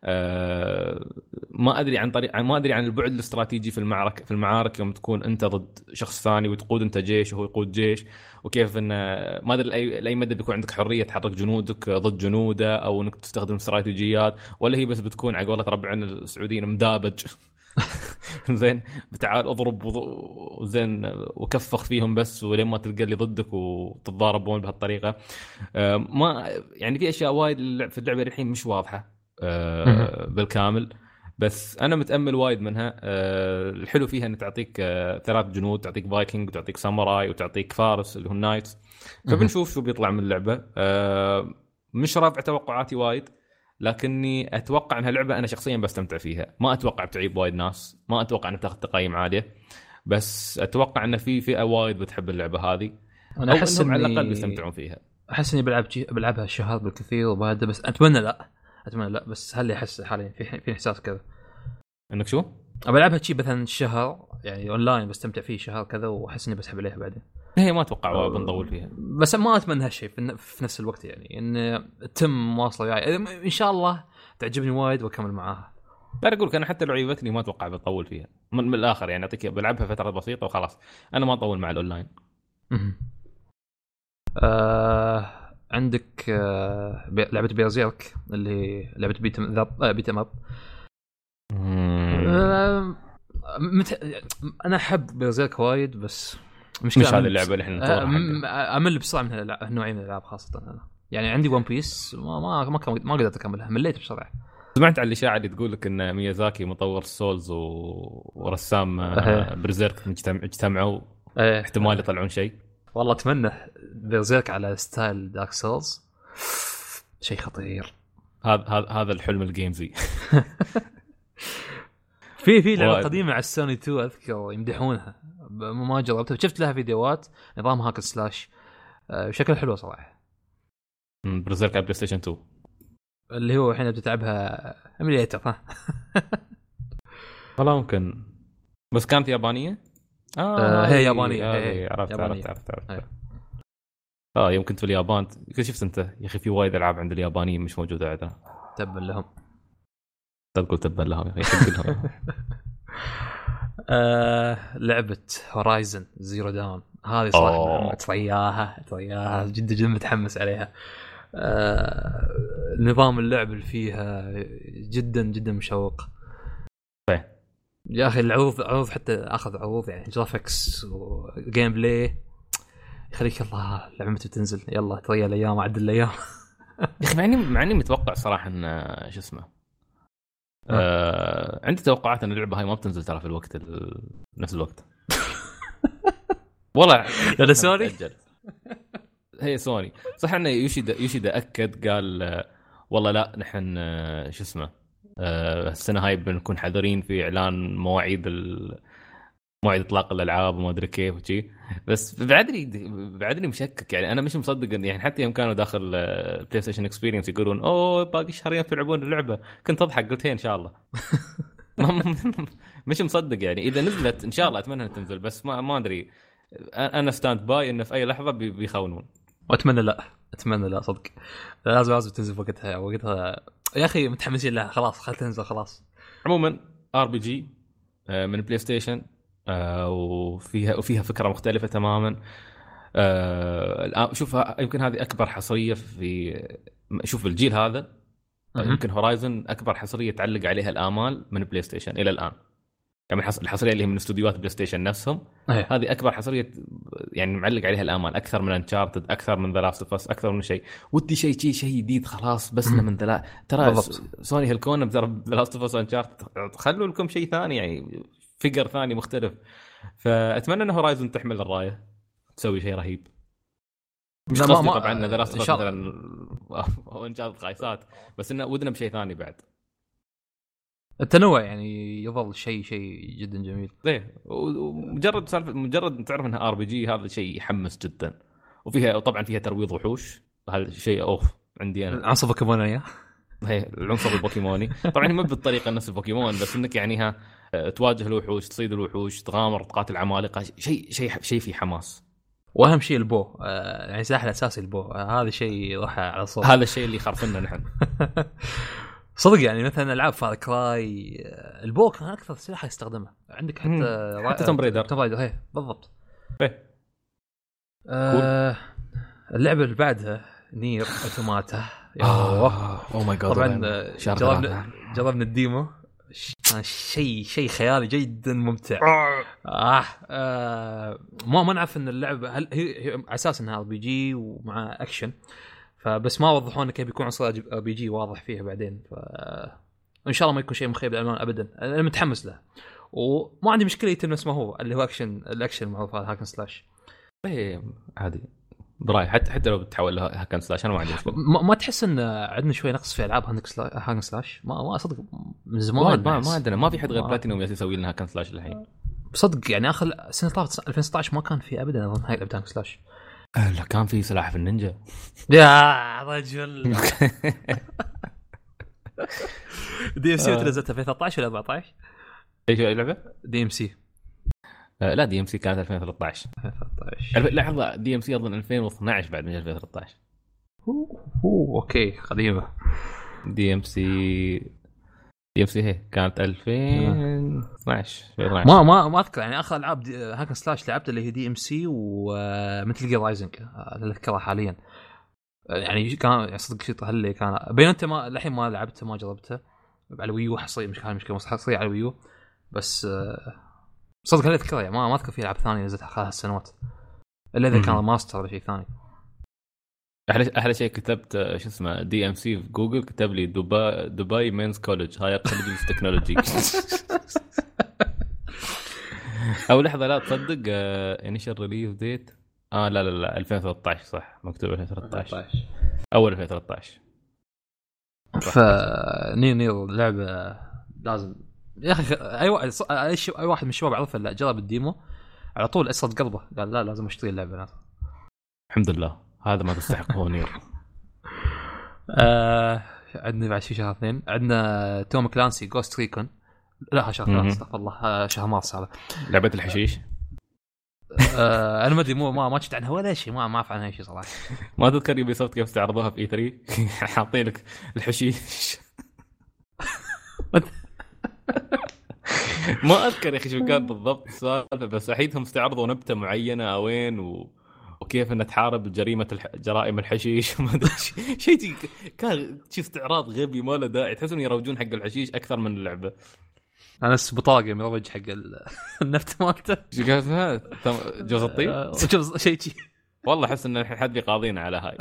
[SPEAKER 2] أه ما ادري عن طريق ما ادري عن البعد الاستراتيجي في المعركه في المعارك يوم تكون انت ضد شخص ثاني وتقود انت جيش وهو يقود جيش، وكيف ان ما ادري لاي لاي مدى بيكون عندك حريه تحرك جنودك ضد جنوده، او انك تستخدم استراتيجيات، ولا هي بس بتكون على قولة ربعنا السعوديين مدابج. زين بتعال اضرب وزين وكفخ فيهم بس ولين ما تلقى اللي ضدك وتتضاربون بهالطريقه. أه ما يعني في اشياء وايد في اللعبه الحين مش واضحه أه بالكامل، بس انا متامل وايد منها. أه الحلو فيها ان تعطيك أه ثلاث جنود، تعطيك فايكنج وتعطيك ساموراي وتعطيك فارس اللي هو النايتس، فبنشوف شو بيطلع من اللعبه. أه مش رافع توقعاتي وايد، لكني اتوقع انها لعبه انا شخصيا بستمتع فيها، ما اتوقع بتعيب وايد ناس، ما اتوقع انها تاخذ تقييم عاليه، بس اتوقع ان في فئه وايد بتحب اللعبه هذه،
[SPEAKER 1] انا احس
[SPEAKER 2] انهم على الاقل بيستمتعون فيها.
[SPEAKER 1] احس اني بلعب بلعبها شهر بالكثير وبعد، بس اتمنى لا اتمنى لا بس هل احس حاليا في في احساس كذا
[SPEAKER 2] انك شو
[SPEAKER 1] بلعبها شيء مثلا شهر يعني اونلاين بستمتع فيه شهر كذا، واحس اني بسحب عليها بعدين.
[SPEAKER 2] هي ما اتوقع بنطول فيها،
[SPEAKER 1] بس ما اتمنى هالشيء في نفس الوقت، يعني ان تم واصله يعني ان شاء الله تعجبني وايد واكمل معاها.
[SPEAKER 2] لا اقول لك انا حتى لو عجبتني ما اتوقع بطول فيها من, من الاخر، يعني اعطيك بلعبها فتره بسيطه وخلاص، انا ما اطول مع الاونلاين.
[SPEAKER 1] آه عندك آه لعبه بيرزيرك اللي لعبه بيت اب بيت اب آه مت... انا احب بيرزيرك وايد، بس
[SPEAKER 2] مش, مش هذه اللعبه اللي احنا نطورها.
[SPEAKER 1] امل بسرعه من هالنوعيه من الالعاب خاصه انا يعني عندي ون بيس ما ما ما, ما قدرت اكملها مليت بسرعه.
[SPEAKER 2] سمعت عن الاشاعه اللي تقول لك ان ميازاكي مطور سولز و... ورسام أه. برزيرك اجتمعوا أه. احتمال يطلعون شيء.
[SPEAKER 1] والله اتمنى برزيرك على ستايل دارك سولز شيء خطير.
[SPEAKER 2] هذا هذا هذا الحلم الجيمزي.
[SPEAKER 1] في في لعبه قديمه على السوني اثنين اذكر يمدحونها ما جربتها شفت لها فيديوهات نظام هاك سلاش شكل حلو صراحه.
[SPEAKER 2] برزيرك على بلاي ستيشن اثنين
[SPEAKER 1] اللي هو الحين بتتعبها اميليتر ها.
[SPEAKER 2] والله ممكن بس كانت يابانيه.
[SPEAKER 1] اه, آه هي يابانيه
[SPEAKER 2] آه
[SPEAKER 1] هي
[SPEAKER 2] عرفت عرفت عرفت عرفت اه يمكن في اليابان كنت شفت انت يا اخي في وايد العاب عند اليابانيين مش موجوده عندنا.
[SPEAKER 1] تبا لهم
[SPEAKER 2] تقول تبا لهم يا اخي لهم.
[SPEAKER 1] آه لعبه هورايزن زيرو داون هذه صراحه ترياها ترياها جدا جدا متحمس عليها. آه نظام اللعب اللي فيها جدا جدا مشوق.
[SPEAKER 2] طيب
[SPEAKER 1] يا اخي العروض عروض حتى اخذ عروض يعني جرافيكس وجيم بلاي يخليك الله لعبة تنزل يلا تريا الايام عد الايام.
[SPEAKER 2] يا اخي مع اني مع اني متوقع صراحه ان شو اسمه آه عندي توقعات ان اللعبه هاي ما بتنزل ترى في الوقت ال... نفس الوقت. والله
[SPEAKER 1] هذا سوني
[SPEAKER 2] هي سوني صح انه يوشيدا يوشيدا اكد قال والله لا نحن شو اسمه السنه هاي بنكون حذرين في اعلان مواعيد ال... مواعيد اطلاق الالعاب وما ادري كيف وشي بس بعدني بعدني مشكك يعني انا مش مصدق يعني حتى يوم كانوا داخل بلاي ستيشن اكسبيرينس يقولون اوه باقي شهرين تلعبون اللعبه كنت اضحك قلت هي ان شاء الله. مش مصدق يعني اذا نزلت ان شاء الله اتمنى انها تنزل بس ما ما ادري انا ستاند باي انه في اي لحظه بيخونون.
[SPEAKER 1] واتمنى لا اتمنى لا صدق لازم لازم تنزل وقتها وقتها يا اخي متحمسين لها خلاص خلت تنزل خلاص.
[SPEAKER 2] عموما ار بي جي من بلاي ستيشن وفيها وفيها فكره مختلفه تماما. شوف يمكن هذه اكبر حصريه في شوف الجيل هذا يمكن هورايزن اكبر حصريه تعلق عليها الامال من بلاي ستيشن الى الان يعني الحصريه اللي هي من استوديوهات بلاي ستيشن نفسهم أيه. هذه اكبر حصريه يعني معلق عليها الامال اكثر من انشارتد اكثر من ذا لاست اوف اس اكثر من شيء ودي شيء شيء شيء جديد خلاص بس من ذا ترى سوني هالكون ترى ذا لاست اوف اس انشارتد خلوا لكم شيء ثاني يعني فيجر ثاني مختلف. فاتمنى ان هورايزن تحمل الرايه تسوي شيء رهيب مش ما ما طبعا ذا لاست اوف اس مثلا او انشارتد خايسات بس انه ودنا بشيء ثاني بعد
[SPEAKER 1] التنوع يعني يظل شيء شيء جدا جميل.
[SPEAKER 2] ايه ومجرد سالفه مجرد تعرف انها ار بي جي هذا شيء يحمس جدا وفيها طبعا فيها ترويض وحوش هذا شيء اوف عندي انا
[SPEAKER 1] عنصر بوكيموني
[SPEAKER 2] هي العنصر البوكيموني طبعا ما بالطريقه نفس البوكيمون بس انك يعني ها تواجه الوحوش تصيد الوحوش تغامر تقاتل عمالقه شيء شيء شيء في حماس.
[SPEAKER 1] واهم شيء البو يعني سلاح الاساسي البو هذا شيء راح على صوت
[SPEAKER 2] هذا الشيء اللي يخرفنا نحن
[SPEAKER 1] صدق يعني مثلا العاب فار كراي البو كان اكثر سلاح يستخدمه عندك حتى
[SPEAKER 2] حتى توم برايدر
[SPEAKER 1] توم برايدر هي بالضبط.
[SPEAKER 2] ايه
[SPEAKER 1] آه اللعبه اللي بعدها نير اوتوماتا
[SPEAKER 2] اوه ماي جاد
[SPEAKER 1] طبعا جربنا جربنا الديمو كان شيء شيء خيالي جدا ممتع. آه, آه ما ما نعرف ان اللعبه هل هي على اساس انها ار بي جي ومع اكشن فبس ما وضحوا لنا كيف بيكون عنصر ار بي جي واضح فيها بعدين فان شاء الله ما يكون شيء مخيب للامانه ابدا انا متحمس له وما عندي مشكله يتم اسمه هو اللي هو اكشن الاكشن المعروف هذا هاكن سلاش
[SPEAKER 2] ايه عادي براي حتى حتى لو بتحول له هاكن سلاش انا ما عندي مشكله.
[SPEAKER 1] ما, ما تحس ان عندنا شوي نقص في العاب هاكن سلاش ما ما اصدق من زمان
[SPEAKER 2] ما, ما عندنا ما في حد غير بلاتينوم يسوي لنا هاكن سلاش الحين
[SPEAKER 1] بصدق يعني اخر سنه طافت ألفين وستة عشر ما كان في ابدا اظن هاي هاكن سلاش.
[SPEAKER 2] لا كان في سلاحف النينجا
[SPEAKER 1] يا رجل دي ام سي نزلت ألفين وثلاثة عشر ولا أربعة عشر
[SPEAKER 2] ايش اللعبه
[SPEAKER 1] دي ام سي
[SPEAKER 2] آه لا دي ام سي كانت ألفين وثلاثة عشر
[SPEAKER 1] ألفين وثلاثة عشر
[SPEAKER 2] لحظه دي ام سي اظن ألفين واثني عشر بعد من ألفين وثلاثة عشر
[SPEAKER 1] اوه اوكي قديمه
[SPEAKER 2] دي ام سي دي ام سي هي كانت ألفين واثني عشر
[SPEAKER 1] ما ما ما اذكر يعني اخر العاب هاكن سلاش لعبت اللي هي دي ام سي ومثل جير رايزنج اللي اذكرها حاليا يعني كان صدق شيء هل كان بين انت ما الحين ما لعبته ما جربته على الويو حصري مش كان مشكله حصري على الويو بس صدق هل اذكر يعني ما ما اذكر في العاب ثانيه نزلت خلال السنوات الا اذا كان ماستر ولا شيء ثاني.
[SPEAKER 2] احلى احلى شيء كتبت شو اسمه دي ام سي في جوجل كتب لي دبي دبي مينز كولج هاي كولج تكنولوجي. او لحظه لا تصدق انيشال ريليز ديت اه لا لا لا ألفين وثلاثة عشر صح مكتوب ألفين وثلاثة عشر اول ألفين وثلاثة عشر.
[SPEAKER 1] ف نيو نيو لعبه لازم يا اخي اي واحد اي اي واحد من الشباب عرف لا جرب الديمو على طول اسد قلبه قال لا لازم اشتري اللعبه لازم.
[SPEAKER 2] الحمد لله هذا ما تستحقه نيو.
[SPEAKER 1] آه عندنا بعد شيء شهر اثنين عندنا توم كلانسي جوست ريكون. لا شهر ثلاثة استغفر الله شهر مارس هذا
[SPEAKER 2] لعبه الحشيش.
[SPEAKER 1] آه انا ما ادري مو ما ما شفت عنها ولا شيء ما ما اعرف عنها شيء صراحه.
[SPEAKER 2] ما تذكر يوبي سوفت كيف استعرضوها في اي ثلاثة حاطين لك الحشيش. ما اذكر يا اخي شو كان بالضبط السالفه بس احيدهم استعرضوا نبته معينه وين و... وكيف انها تحارب جريمه الح... جرائم الحشيش وما ادري شيء كان شيء استعراض غبي ما له داعي تحس انهم يروجون حق الحشيش اكثر من اللعبه.
[SPEAKER 1] انا بطاقه مروج حق النفط مالته
[SPEAKER 2] شو قالها جوز الطيب
[SPEAKER 1] جوز شيء شيء
[SPEAKER 2] والله احس ان الحين حد بيقاضينا على هاي.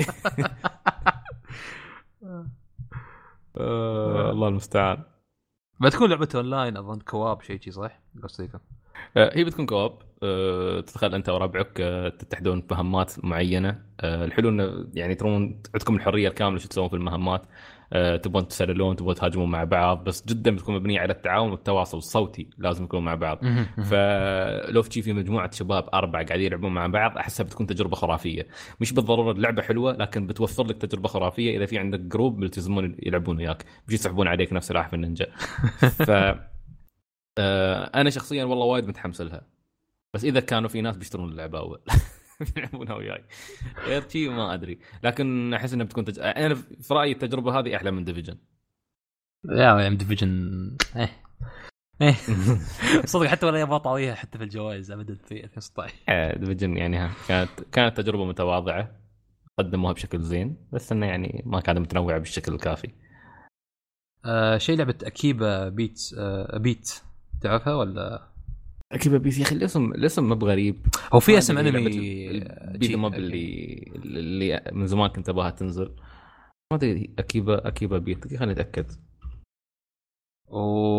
[SPEAKER 2] آه الله المستعان.
[SPEAKER 1] بتكون لعبه اونلاين اظن كواب شيء شيء صح قصدك؟
[SPEAKER 2] هي بتكون كواب أه، تدخل انت وربعك أه، تتحدون بمهمات معينه. أه، الحلو انه يعني ترون عندكم الحريه الكامله شو تسوون في المهمات. أه، تبون تسللون تبون تهاجمون مع بعض بس جدا بتكون مبنيه على التعاون والتواصل الصوتي لازم يكون مع بعض. فلو في في مجموعه شباب اربعه قاعدين يلعبون مع بعض احسها بتكون تجربه خرافيه. مش بالضروره اللعبه حلوه لكن بتوفر لك تجربه خرافيه اذا في عندك جروب بيلتزمون يلعبون وياك مش يسحبون عليك نفس سلاحف النينجا. ف أه انا شخصيا والله وايد متحمس لها بس اذا كانوا في ناس بيشترون اللعبه اول يلعبونها وياي غير شيء ما ادري لكن احس انها بتكون تج... انا في رايي التجربه هذه احلى من ديفيجن.
[SPEAKER 1] يا يعني ديفيجن ايه ايه صدق حتى ولا يبغى طاويها حتى في الجوائز ابدا في ألفين وستة عشر.
[SPEAKER 2] ديفيجن يعني ها كانت كانت تجربه متواضعه قدموها بشكل زين بس انه يعني ما كانت متنوعه بالشكل الكافي.
[SPEAKER 1] آه شيء لعبه اكيبا بيت آه بيت تعرفها ولا؟
[SPEAKER 2] اكيبا بيت يا اخي الاسم الاسم مو بغريب.
[SPEAKER 1] هو في اسم انمي
[SPEAKER 2] بيت موب اللي اللي من زمان كنت ابغاها تنزل ما ادري. اكيبا اكيبا بيت خليني اتاكد.
[SPEAKER 1] و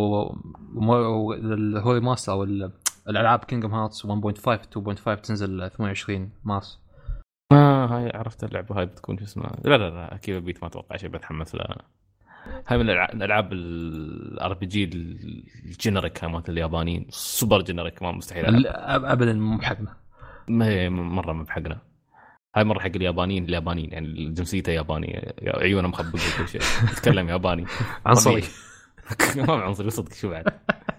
[SPEAKER 1] هو ماس او الالعاب كينجدم هارتس واحد نقطة خمسة اثنين نقطة خمسة تنزل ثمانية وعشرين مارس.
[SPEAKER 2] اه هاي عرفت اللعبه هاي بتكون شو اسمها. لا لا لا اكيبا بيت ما اتوقع شيء بتحمس لها. هاي من الالعاب الار بي جي الجينيريك مالت اليابانيين سوبر جينيريك ما مستحيل
[SPEAKER 1] ابدا مو بحقنا.
[SPEAKER 2] ما هي مره مو بحقنا. هاي مره حق اليابانيين اليابانيين يعني جنسيته ياباني عيونه مخبقه وكل شيء يتكلم ياباني
[SPEAKER 1] عنصري.
[SPEAKER 2] ما عنصري صدق شو بعد.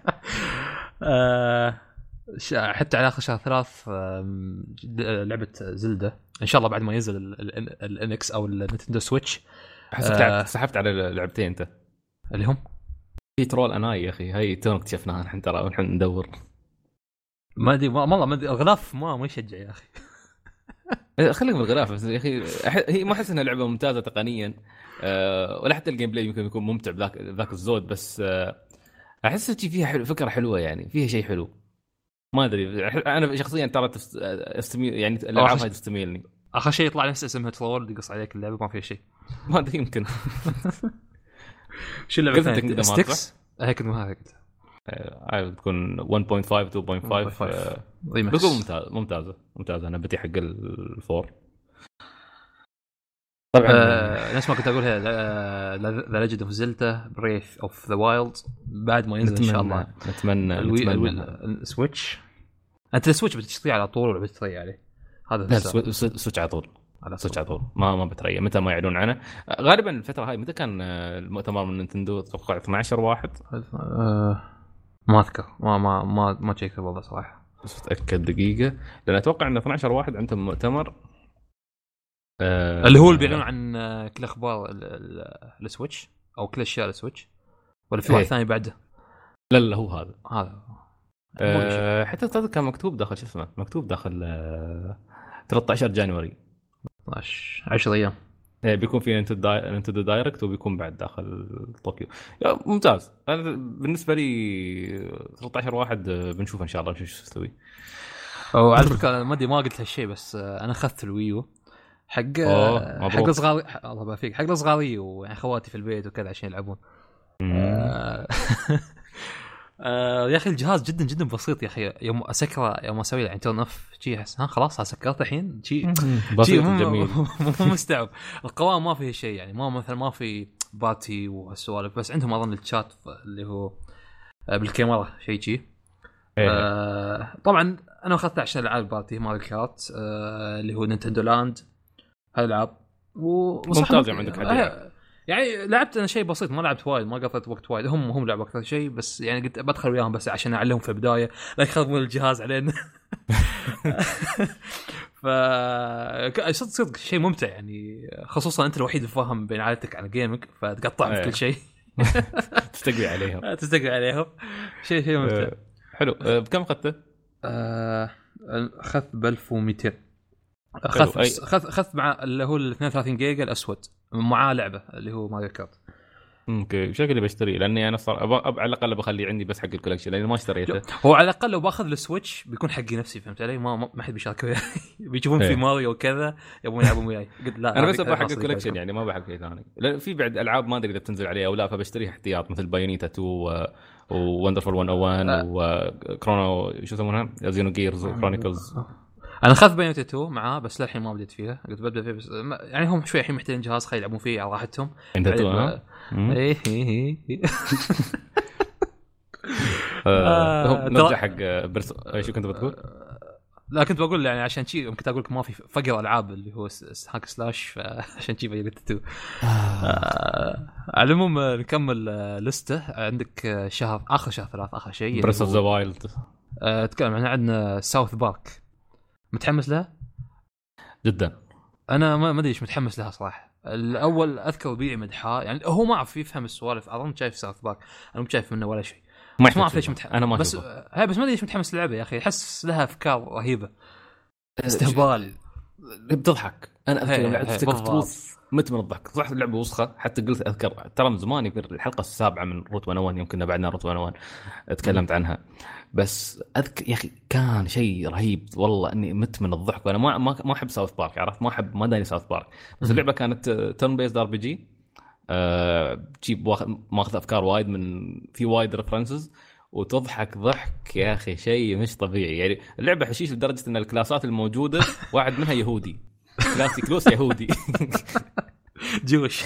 [SPEAKER 1] حتى على اخر شهر ثلاث لعبه زلدة ان شاء الله بعد ما ينزل الانكس او النينتندو سويتش.
[SPEAKER 2] حسبت آه سحبت على لعبتين انت
[SPEAKER 1] اللي هم
[SPEAKER 2] في ترول اناي يا اخي هاي تو اكتشفناها الحين ترى ونحن ندور
[SPEAKER 1] ما ادري والله ما ادري الغلاف ما ما يشجع يا اخي.
[SPEAKER 2] خليك بالغلاف بس يا اخي هي ما احس انها لعبه ممتازه تقنيا أه ولا حتى الجيم بلاي يمكن يكون ممتع بذاك ذاك الزود بس أه احس فيها حلو فكره حلوه يعني فيها شيء حلو ما ادري. انا شخصيا ترى استميل يعني الالعاب هاي تستميلني.
[SPEAKER 1] اخر شيء يطلع نفس اسمها ترول يقص عليك اللعبه ما فيها شيء
[SPEAKER 2] ما ادري يمكن.
[SPEAKER 1] شو اللعبه الثانيه ستيكس هيك ما هيك
[SPEAKER 2] هاي بتكون واحد نقطة خمسة اثنين نقطة خمسة بتكون ممتاز ممتازه ممتازه انا بدي حق الفور
[SPEAKER 1] طبعا. آه نفس ما كنت اقولها ذا ليجند اوف زلتا بريث اوف ذا وايلد بعد ما ينزل ان شاء الله
[SPEAKER 2] نتمنى
[SPEAKER 1] نتمنى السويتش. انت السويتش بتشتري على طول ولا بتري عليه؟ هذا
[SPEAKER 2] سويتش على طول على سويتش على طول ما ما بتريا متى ما يعلنون عنه. غالبا الفتره هاي متى كان المؤتمر من نينتندو اتوقع اثنا عشر واحد
[SPEAKER 1] أه ما اذكر ما ما ما ما تشيك والله صراحه
[SPEAKER 2] بس اتاكد دقيقه لان اتوقع ان اثنا عشر واحد عندهم مؤتمر
[SPEAKER 1] أه اللي هو اللي بيعلنون عن كل اخبار السويتش او كل اشياء السويتش ولا في واحد ثاني بعده؟
[SPEAKER 2] لا لا هو هذا
[SPEAKER 1] هذا
[SPEAKER 2] أه حتى صدق كان مكتوب داخل شو اسمه مكتوب داخل أه ثلاثة عشر جانوري
[SPEAKER 1] اثنا عشر عشرة ايام
[SPEAKER 2] بيكون في انت انت دايركت وبيكون بعد داخل طوكيو. ممتاز. انا بالنسبه لي ثلاثة عشر واحد بنشوف ان شاء الله شو يسوي.
[SPEAKER 1] وعلى فكره ما ادري ما قلت هالشيء بس انا اخذت الويو حق حق صغاري الله يبارك فيك حق صغاري ويعني خواتي في البيت وكذا عشان يلعبون. آه يا اخي الجهاز جدا جدا بسيط يا اخي. يوم اسكره يوم اسوي له تيرن اوف شيء ها خلاص سكرته الحين شيء
[SPEAKER 2] بسيط جميل
[SPEAKER 1] مو مستوعب. القوام ما فيه شيء يعني ما مثلا ما في باتي والسوالف بس عندهم اظن الشات اللي هو بالكاميرا شيء شيء. آه طبعا انا اخذت عشان العاب باتي ماريو كارت آه اللي هو نينتندو لاند هالالعاب
[SPEAKER 2] ممتاز. عندك حاجه
[SPEAKER 1] يعني لعبت انا شيء بسيط ما لعبت وايد ما قضيت وقت وايد. هم هم لعبوا اكثر شيء بس يعني قلت بدخل وياهم بس عشان اعلمهم في البدايه لا يخربون الجهاز علينا. ف صدق صدق شيء ممتع يعني خصوصا انت الوحيد الفاهم بين عائلتك عن جيمك فتقطع في كل شيء.
[SPEAKER 2] تستقوي عليهم
[SPEAKER 1] تستقوي عليهم شيء شيء ممتع.
[SPEAKER 2] حلو. بكم اخذته؟
[SPEAKER 1] اخذت ب ألف ومئتين. اخذت اخذت اخذت مع اللي هو ال اثنين وثلاثين جيجا الاسود معاه لعبه اللي هو ماريو كارت.
[SPEAKER 2] اوكي شكلي بشتري لاني انا صار أب... على الاقل بخلي عندي بس حق الكولكشن لاني ما اشتريته.
[SPEAKER 1] هو على الاقل لو باخذ السويتش بيكون حقي نفسي فهمت علي ما ما حد بيشارك وياي. بيشوفون في ماريو وكذا يبون يلعبون وياي. قلت لا
[SPEAKER 2] انا بس ابغى حق الكولكشن يعني ما بحق شيء ثاني. لا في بعد العاب ما ادري اذا بتنزل عليها او لا فبشتريها احتياط مثل بايونيتا تو ووندرفول مية وواحد وكرونو شو يسمونها زينو جيرز وكرونيكلز.
[SPEAKER 1] انا اخذت بايونيتا تو معاه بس للحين ما بديت فيها. قلت ببدا فيه بس يعني هم شوي الحين محتاجين جهاز خلي يلعبون فيه على راحتهم.
[SPEAKER 2] انت تو ها
[SPEAKER 1] ايه ايه
[SPEAKER 2] نرجع حق برس شو كنت بتقول؟
[SPEAKER 1] لا كنت بقول يعني عشان شيء كنت اقول لك ما في فقر العاب اللي هو هاك سلاش فعشان شيء بايونيتا تو. على العموم نكمل لسته. عندك شهر اخر شهر ثلاث اخر شيء
[SPEAKER 2] بريس اوف ذا وايلد.
[SPEAKER 1] تكلم عن عندنا ساوث بارك. متحمس لها
[SPEAKER 2] جدا.
[SPEAKER 1] انا ما ادري ايش متحمس لها صراحه. الاول اذكر بيعي مدحاه يعني هو ما اعرف يفهم السوالف اظن شايف ساوث بارك انا مو شايف منه ولا شيء ما اعرف ليش متحمس.
[SPEAKER 2] انا ما
[SPEAKER 1] بس هاي بس ما ادري ايش متحمس للعبه يا اخي. احس لها افكار رهيبه استهبال
[SPEAKER 2] بتضحك. انا اذكر لما لعبت تروث مت من الضحك صح. اللعبه وسخه حتى قلت اذكر ترى من زمان في الحلقه السابعه من روت مية وواحد يمكن بعدنا روت مية وواحد تكلمت عنها بس اذكر يا اخي كان شيء رهيب والله اني مت من الضحك. وانا ما ما, ما احب ساوث بارك عرفت ما احب ما داني ساوث بارك بس اللعبه كانت تيرن بيس ار بي جي جيب ماخذ افكار وايد من في وايد ريفرنسز وتضحك ضحك يا اخي شيء مش طبيعي. يعني اللعبه حشيش لدرجه ان الكلاسات الموجوده واحد منها يهودي كلاسي كلوس يهودي
[SPEAKER 1] جوش.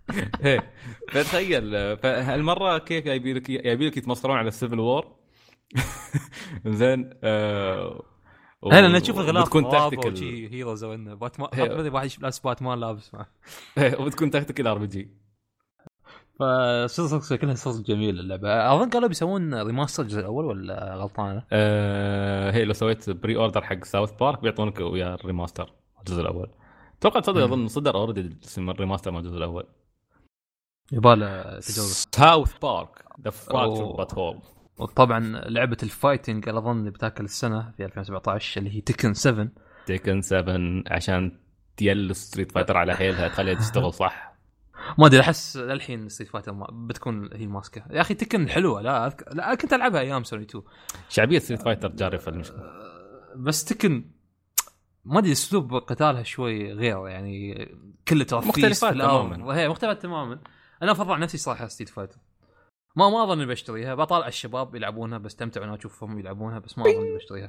[SPEAKER 2] فتخيل فهالمره كيف يبي لك يبي لك يتمصرون على السيفل وور. زين
[SPEAKER 1] آه هلا نشوف الغلاف
[SPEAKER 2] تكون تكتيكال
[SPEAKER 1] هيروز وين باتمان حط واحد لابس باتمان لابس معه
[SPEAKER 2] وبتكون تكتيكال ار بي جي.
[SPEAKER 1] فصدق شكلها صدق جميل اللعبه. اظن قالوا بيسوون ريماستر الجزء الاول ولا غلطان؟
[SPEAKER 2] أه هي لو سويت بري اوردر حق ساوث بارك بيعطونك ويا الريماستر الجزء الاول. توقع تصدق اظن صدر اوريدي اسم الريماستر مع الجزء الاول
[SPEAKER 1] يباله تجربه
[SPEAKER 2] ساوث بارك ذا فراكشر بات هول.
[SPEAKER 1] وطبعا لعبه الفايتنج اظن بتاكل السنه في ألفين وسبعة عشر اللي هي تيكن سبعة.
[SPEAKER 2] تيكن سبعة عشان تيل ستريت فايتر على حيلها تخليها تشتغل صح.
[SPEAKER 1] ما ادري احس للحين ستريت فايتر ما بتكون هي ماسكه يا اخي. تكن حلوه لا أذك... لا كنت العبها ايام سوني تو.
[SPEAKER 2] شعبيه ستريت فايتر جارفه المشكله
[SPEAKER 1] بس تكن ما ادري اسلوب قتالها شوي غير يعني كله
[SPEAKER 2] ترفيس تماما
[SPEAKER 1] وهي مختلفه تماما. انا افضل نفسي صراحه ستريت فايتر. ما ما اظن بشتريها بطالع الشباب يلعبونها بستمتع وانا اشوفهم يلعبونها بس ما اظن بشتريها.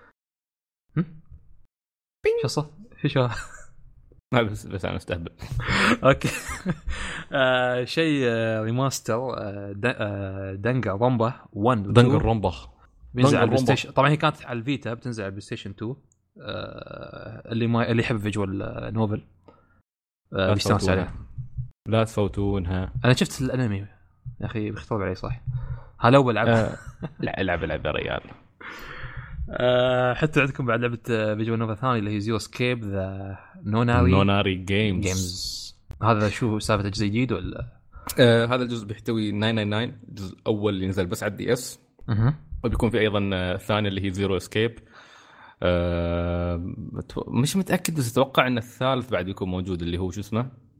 [SPEAKER 1] شو صح شو
[SPEAKER 2] ما بس بس انا استهبل.
[SPEAKER 1] اوكي آه شيء آه ريماستر آه دنجر رومبا واحد
[SPEAKER 2] دنجر رومبا
[SPEAKER 1] بينزل على البلاي ستيشن. طبعا هي كانت على الفيتا بتنزل على البلاي ستيشن تو. آه اللي ما اللي يحب فيجوال نوفل آه بيستانس عليها.
[SPEAKER 2] لا تفوتونها.
[SPEAKER 1] انا شفت الانمي يا اخي بيختار علي صح. هلا بلعبها
[SPEAKER 2] آه لا العب العب يا رجال.
[SPEAKER 1] أه حتى عندكم بعد لعبه فيجوال نوفل ثاني اللي هي زيرو سكيب ذا نوناري
[SPEAKER 2] نوناري جيمز.
[SPEAKER 1] جيمز هذا شو سالفه الجزء الجديد ولا
[SPEAKER 2] آه هذا الجزء بيحتوي تسعمية وتسعة وتسعين الجزء الاول اللي نزل بس على الدي اس
[SPEAKER 1] اها
[SPEAKER 2] وبيكون في ايضا الثاني اللي هي زيرو اسكيب. آه مش متاكد بس اتوقع ان الثالث بعد يكون موجود اللي هو شو اسمه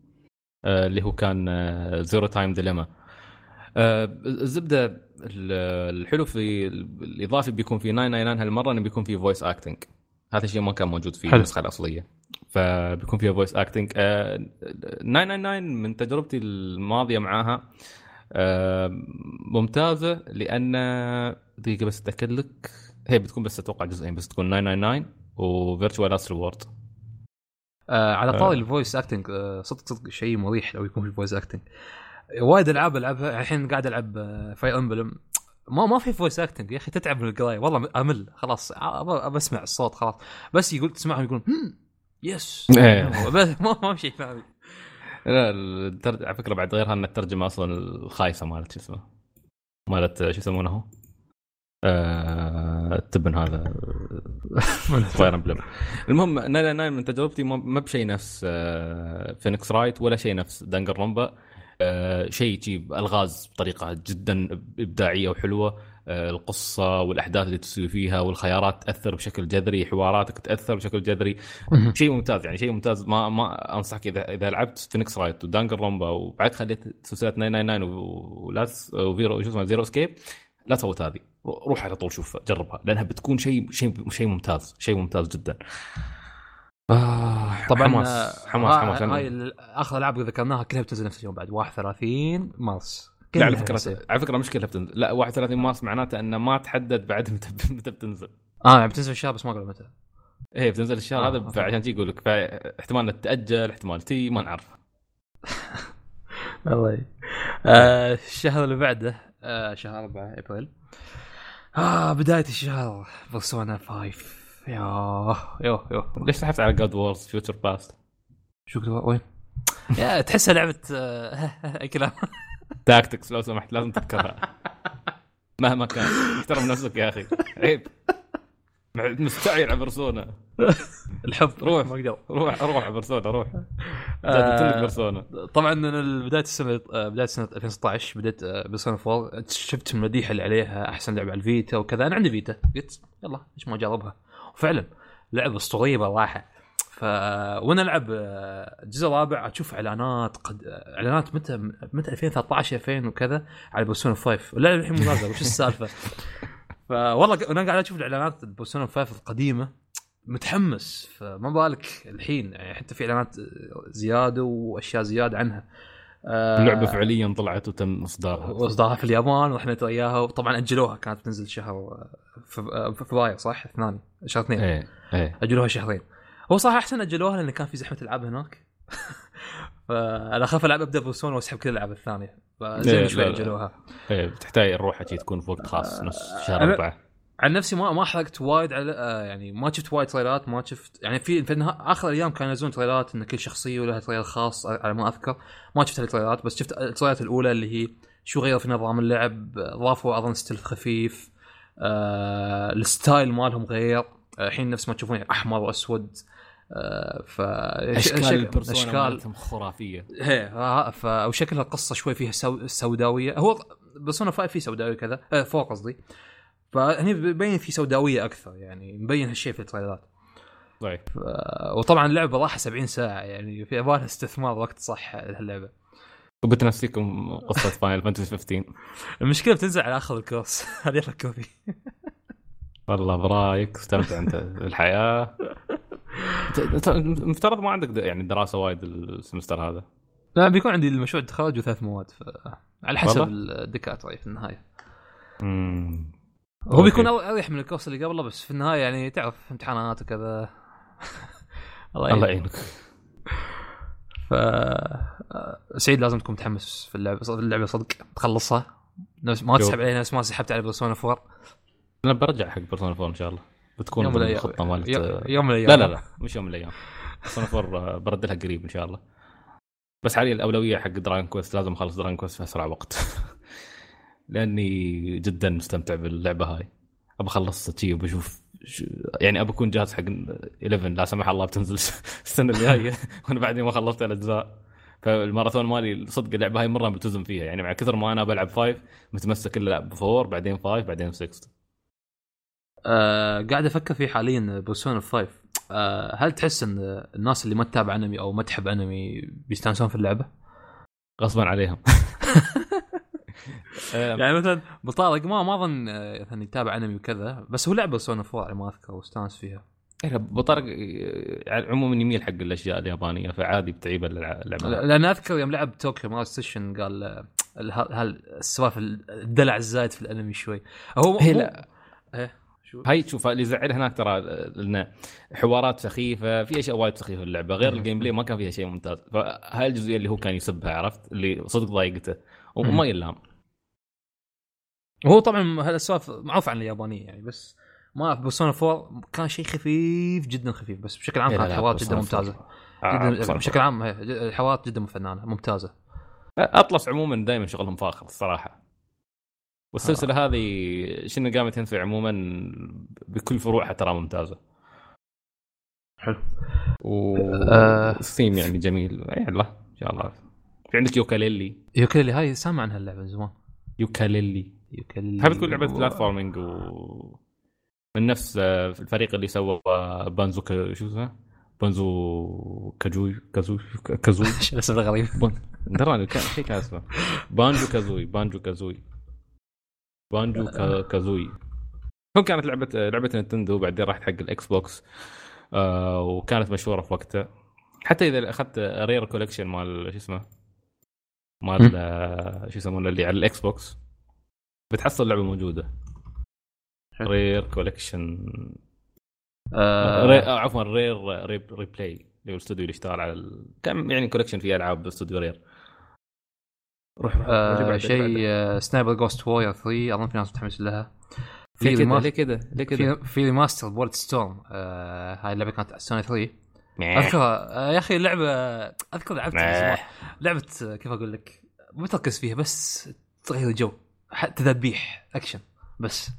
[SPEAKER 2] آه اللي هو كان آه زيرو تايم ديليما. آه الزبده الحلو في الاضافي بيكون في تسعمية وتسعة وتسعين هالمره انه بيكون في فويس اكتنج. هذا الشيء ما كان موجود في النسخه الاصليه، فبيكون فيها فويس اكتنج. آه تسعمية وتسعة وتسعين من تجربتي الماضيه معاها آه ممتازه، لان دقيقه بس اتاكد لك، هي بتكون بس اتوقع جزئين بس، تكون تسعمية وتسعة وتسعين وفيرتشوال لاست ريورد.
[SPEAKER 1] آه على طاري آه. الفويس اكتنج آه صدق صدق شيء مريح لو يكون في الفويس اكتنج. وايد العاب العبها الحين قاعد العب فاير امبلم ما ما في فويس اكتنج يا اخي، تتعب من القرايه والله، امل خلاص ابى اسمع الصوت خلاص، بس يقول تسمعهم يقولون يس بس ما ما في شيء ثاني.
[SPEAKER 2] لا الترجمه على فكره بعد غيرها ان الترجمه اصلا الخايسه مالت شو اسمه مالت شو يسمونه آه التبن هذا فاير امبلم. المهم انا انا من تجربتي ما بشيء نفس آه فينيكس رايت ولا شيء نفس دانجرلومبا. آه شيء يجيب الغاز بطريقه جدا ابداعيه وحلوه. آه القصه والاحداث اللي تسوي فيها والخيارات تاثر بشكل جذري، حواراتك تاثر بشكل جذري، شيء ممتاز يعني شيء ممتاز. ما ما انصحك اذا اذا لعبت فينيكس رايت ودانجرلومبا وبعد خليت سلسله تسعمية وتسعة وتسعين ولا وفيرو شو اسمه زيرو اسكيب، لا تفوت هذه، روح على طول شوف جربها لانها بتكون شيء شيء شيء ممتاز، شيء ممتاز جدا.
[SPEAKER 1] آه طبعا
[SPEAKER 2] حماس حماس حماس.
[SPEAKER 1] هاي اخر العاب ذكرناها كلها بتنزل نفس اليوم بعد واحد وثلاثين مارس.
[SPEAKER 2] لا على فكره على فكره مشكله بتنزل لا واحد وثلاثين مارس معناته انه ما تحدد بعد متى متى بتنزل.
[SPEAKER 1] اه بتنزل الشهر بس ما قالوا متى.
[SPEAKER 2] ايه بتنزل الشهر آه هذا عشان تجي يقول لك احتمال تتاجل احتمال تي ما نعرف.
[SPEAKER 1] الله آه الشهر اللي بعده آه شهر أربعة ابريل اه بدايه الشهر بيرسونا خمسة. يا يو يو
[SPEAKER 2] ليش سحبت على جاد وورز فيوتشر باست؟
[SPEAKER 1] شو وين يا تحسها لعبه اي كلام
[SPEAKER 2] تاكتكس لو سمحت لازم تذكرها مهما كان احترم نفسك يا اخي عيب مستعير على بيرسونا
[SPEAKER 1] الحب
[SPEAKER 2] روح ما اقدر روح اروح على بيرسونا روح آه بيرسونا.
[SPEAKER 1] طبعا انا بدايه السنه بدايه سنه ألفين وستة عشر بديت بيرسونا أربعة شفت المديح اللي عليها احسن لعبه على الفيتا وكذا. انا عندي فيتا قلت يلا ليش ما اجربها، وفعلا لعبه اسطوريه بالراحه. ف وانا العب الجزء الرابع اشوف اعلانات قد اعلانات متى متى ألفين وثلاثة عشر ألفين وكذا على بيرسونا خمسة اللعبه الحين منازله وش السالفه. فوالله انا قاعد اشوف الاعلانات بيرسونا خمسة القديمه متحمس، فما بالك الحين يعني حتى في اعلانات زياده واشياء زياده عنها.
[SPEAKER 2] اللعبه فعليا طلعت وتم اصدارها
[SPEAKER 1] واصدارها في اليابان واحنا اياها، وطبعا اجلوها كانت تنزل شهر فبراير صح اثنين شهر اثنين
[SPEAKER 2] ايه ايه
[SPEAKER 1] اجلوها شهرين. هو صح احسن اجلوها لان كان في زحمه العاب هناك فانا اخاف العب ابدا بيرسونا واسحب كل الالعاب الثانيه، فزين شوي اجلوها.
[SPEAKER 2] ايه بتحتاج نروح اكيد تكون في وقت خاص نص شهر أربعة.
[SPEAKER 1] عن نفسي ما ما حرقت وايد على يعني ما شفت وايد تريلات، ما شفت يعني في في اخر ايام كانوا ينزلون تريلات ان كل شخصيه ولها تريل خاص على ما اذكر، ما شفت التريلات بس شفت التريلات الاولى اللي هي شو غير في نظام اللعب، ضافوا اظن ستيل خفيف، آه الستايل مالهم غير الحين نفس ما تشوفون احمر واسود، آه ف
[SPEAKER 2] اشكال اشكال خرافيه
[SPEAKER 1] هي ف وشكلها قصه شوي فيها سو... سوداويه. هو بيرسونا خمسة فيه سوداويه كذا آه فوق قصدي، فهني بيبين في سوداويه اكثر يعني مبين هالشيء في التريلات.
[SPEAKER 2] طيب
[SPEAKER 1] ف... وطبعا اللعبه راح سبعين ساعه يعني في ابغى استثمار وقت صح هاللعبه.
[SPEAKER 2] وبتنسيكم قصه فاينل فانتسي خمسة عشر المشكله
[SPEAKER 1] بتنزل على اخر الكورس هذه فكوا فيه
[SPEAKER 2] والله برايك استمتع انت بالحياه. مفترض ما عندك يعني دراسه وايد السمستر هذا؟
[SPEAKER 1] لا بيكون عندي المشروع التخرج وثلاث مواد ف... على حسب الدكاتره في النهايه.
[SPEAKER 2] امم
[SPEAKER 1] هو بيكون اريح من الكورس اللي قبله بس في النهايه يعني تعرف امتحانات وكذا
[SPEAKER 2] الله يعينك.
[SPEAKER 1] ف سعيد لازم تكون متحمس في اللعبه في اللعبه صدق تخلصها نفس ما تسحب عليها نفس ما سحبت على بيرسونا أربعة.
[SPEAKER 2] انا برجع حق بيرسونا أربعة ان شاء الله بتكون
[SPEAKER 1] يوم
[SPEAKER 2] الخطه مالت
[SPEAKER 1] يوم من الايام.
[SPEAKER 2] لا لا لا مش يوم من الايام بيرسونا أربعة برد لها قريب ان شاء الله، بس حاليا الاولويه حق دراجون كويست لازم اخلص دراجون كويست في اسرع وقت لاني جدا مستمتع باللعبه هاي. ابى اخلص شيء وبشوف يعني ابى اكون جاهز حق إحدى عشر لا سمح الله بتنزل السنه الجايه وانا بعدين ما خلصت الاجزاء. فالماراثون مالي صدق اللعبه هاي مره ملتزم فيها يعني مع كثر ما انا بلعب خمسة متمسك الا لعب أربعة بعدين خمسة بعدين ستة.
[SPEAKER 1] أه قاعد افكر فيه حاليا بيرسونا خمسة. أه هل تحس ان الناس اللي ما تتابع انمي او ما تحب انمي بيستانسون في اللعبه؟
[SPEAKER 2] غصبا عليهم.
[SPEAKER 1] يعني مثلا بطارق ما ما اظن مثلا يتابع انمي وكذا، بس هو لعبه سونا فور ما اذكر واستانس فيها.
[SPEAKER 2] إيه بطارق عموما يميل حق الاشياء اليابانيه فعادي بتعيب اللعبه.
[SPEAKER 1] لان اذكر يوم لعب طوكيو ماري ستيشن قال هل السوالف الدلع الزايد في الانمي شوي هو
[SPEAKER 2] هي لا
[SPEAKER 1] ايه شو
[SPEAKER 2] هاي تشوف اللي زعل هناك ترى لنا حوارات سخيفه في اشياء وايد سخيفه في اللعبه غير الجيم بلاي ما كان فيها شيء ممتاز. فهاي الجزئيه اللي هو كان يسبها عرفت اللي صدق ضايقته وما يلام.
[SPEAKER 1] هو طبعا هالسوالف معروف عن اليابانيه يعني بس ما في بيرسونا فور كان شيء خفيف جدا خفيف بس بشكل عام كانت حوارات جدا ممتازه جدا بشكل عام الحوارات جدا فنانه ممتازه.
[SPEAKER 2] اطلس عموما دائما شغلهم فاخر الصراحه والسلسله آه. هذه شنو قامت تنفع عموما بكل فروعها ترى ممتازه.
[SPEAKER 1] حلو
[SPEAKER 2] والثيم آه. يعني جميل يلا ان شاء الله. في عندك يوكاليلي
[SPEAKER 1] يوكاليلي هاي سامع عنها اللعبه من زمان.
[SPEAKER 2] يوكاليلي
[SPEAKER 1] يوكاليلي
[SPEAKER 2] هذه تكون لعبه بلاتفورمينج و من نفس الفريق اللي سوى بانزو ك... شو اسمه بانزو كاجوي كازوي كازوي
[SPEAKER 1] اسمه غريب
[SPEAKER 2] دراني كان شيء كان اسمه بانجو كازوي بانجو كازوي بانجو كازوي. هو كانت لعبه لعبه نينتندو بعدين راحت حق الاكس بوكس آه وكانت مشهوره في وقتها. حتى اذا اخذت رير كولكشن مال شو اسمه مال شو يسمونه اللي على الاكس بوكس بتحصل اللعبه موجوده رير كولكشن آه. ري... آه عفوا رير ريب ريبلاي اللي هو الاستوديو اللي اشتغل على ال... كان يعني كولكشن فيه العاب استوديو رير.
[SPEAKER 1] روح آه شيء آه سنايبر جوست وورير ثري اظن في ناس متحمس لها.
[SPEAKER 2] في ليه ليه كده ليه كده
[SPEAKER 1] في, في ريماستر بولت ستورم آه هاي اللعبه كانت على سوني ثري اذكر آه يا اخي اللعبه اذكر لعبتها لعبه كيف اقول لك ما تركز فيها بس تغير الجو حتى تذبيح اكشن بس.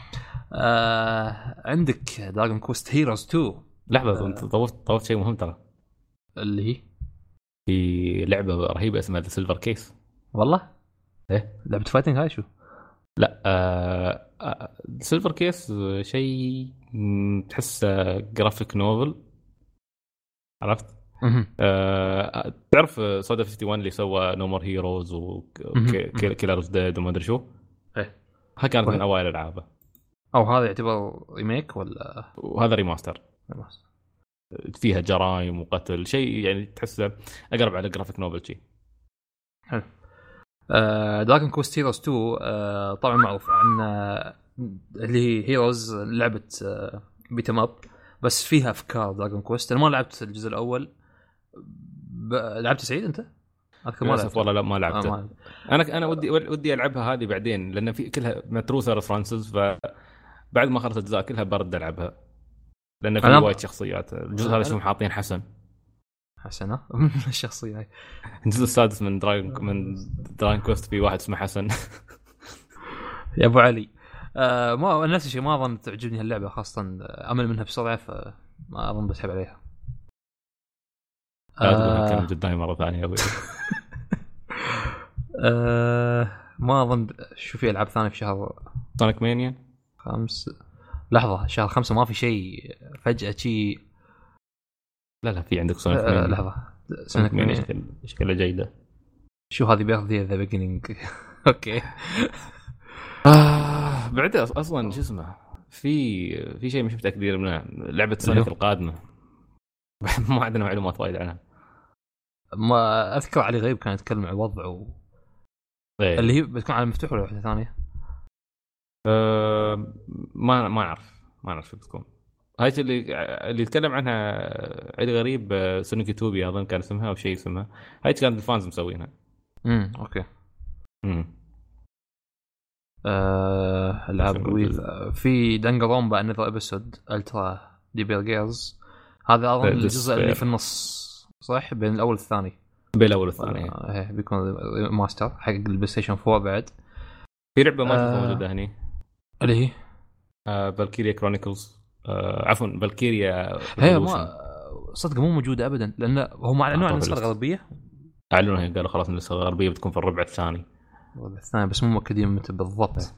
[SPEAKER 1] آه عندك دراجون كوست هيروز تو.
[SPEAKER 2] لحظه انت طوفت طوفت شيء مهم ترى
[SPEAKER 1] اللي هي
[SPEAKER 2] في لعبه رهيبه اسمها سيلفر كيس.
[SPEAKER 1] والله
[SPEAKER 2] ايه
[SPEAKER 1] لعبه فايتنج هاي شو
[SPEAKER 2] لا آه آه سيلفر كيس شيء تحس جرافيك نوفل عرفت آه تعرف سودا واحد وخمسين اللي سوى نو مور هيروز وكيلرز ديد وما ادري شو
[SPEAKER 1] ايه
[SPEAKER 2] ها كانت من اوائل العابه
[SPEAKER 1] او هذا يعتبر ريميك ولا
[SPEAKER 2] وهذا ريماستر
[SPEAKER 1] ريماستر
[SPEAKER 2] فيها جرائم وقتل شيء يعني تحسه اقرب على جرافيك نوفل شيء
[SPEAKER 1] حلو. دراجون كوست هيروز تو آه طبعا معروف عن آه اللي هي هيروز لعبه آه بيتم اب بس فيها افكار دراجون كوست. انا ما لعبت الجزء الاول ب... لعبت سعيد انت
[SPEAKER 2] اذكر ما لعبت والله لا ما لعبته آه ما... انا انا ودي ودي العبها هذه بعدين لان في كلها متروسه ريفرنسز فبعد ما خلصت الاجزاء كلها برد العبها لان في وايد شخصيات. الجزء هذا شو حاطين حسن
[SPEAKER 1] حسنه الشخصيه هاي
[SPEAKER 2] الجزء السادس من دراجون من دراجون كوست في واحد اسمه حسن
[SPEAKER 1] يا ابو علي. آه ما نفس الشيء ما اظن تعجبني هاللعبه خاصه امل منها بسرعه فما اظن بسحب عليها.
[SPEAKER 2] لا تقول هالكلام قدامي مره ثانيه يا ابوي.
[SPEAKER 1] آه ما اظن شو في العاب ثانيه في شهر
[SPEAKER 2] سونيك مانيا
[SPEAKER 1] خمس. لحظه شهر خمسة ما في شيء فجاه شيء.
[SPEAKER 2] لا لا في عندك سونيك مانيا.
[SPEAKER 1] آه لحظه
[SPEAKER 2] سونيك مانيا شكلها جيده.
[SPEAKER 1] شو هذه بيرثدي ذا بيجينينج اوكي.
[SPEAKER 2] آه بعد اصلا شو اسمه في في شيء مش متاكد منه لعبه سونيك القادمه ما عندنا معلومات وايد عنها.
[SPEAKER 1] ما اذكر علي غيب كان يتكلم عن وضع و...
[SPEAKER 2] غير.
[SPEAKER 1] اللي هي بتكون على المفتوح ولا واحده ثانيه
[SPEAKER 2] أه ما ما اعرف ما اعرف شو بتكون هاي اللي اللي يتكلم عنها علي غريب. سونيك يوتوبي اظن كان اسمها او شيء اسمها هاي كانت الفانز مسوينها.
[SPEAKER 1] امم اوكي
[SPEAKER 2] امم
[SPEAKER 1] آه العاب في دانجرومبا انذر ابيسود الترا دي بير جيرز هذا اظن الجزء اللي في النص صح بين الاول والثاني.
[SPEAKER 2] بين الاول والثاني
[SPEAKER 1] ايه بيكون ماستر حق البلاي ستيشن فور. بعد
[SPEAKER 2] في لعبه ما
[SPEAKER 1] آه
[SPEAKER 2] موجوده هني
[SPEAKER 1] اللي هي
[SPEAKER 2] آه فالكيريا كرونيكلز آه عفوا فالكيريا
[SPEAKER 1] هي ما صدق مو موجوده ابدا لان هم اعلنوا عن النسخه الغربيه.
[SPEAKER 2] اعلنوا هي قالوا خلاص النسخه الغربيه بتكون في الربع الثاني
[SPEAKER 1] الربع الثاني بس مو مؤكدين متى بالضبط.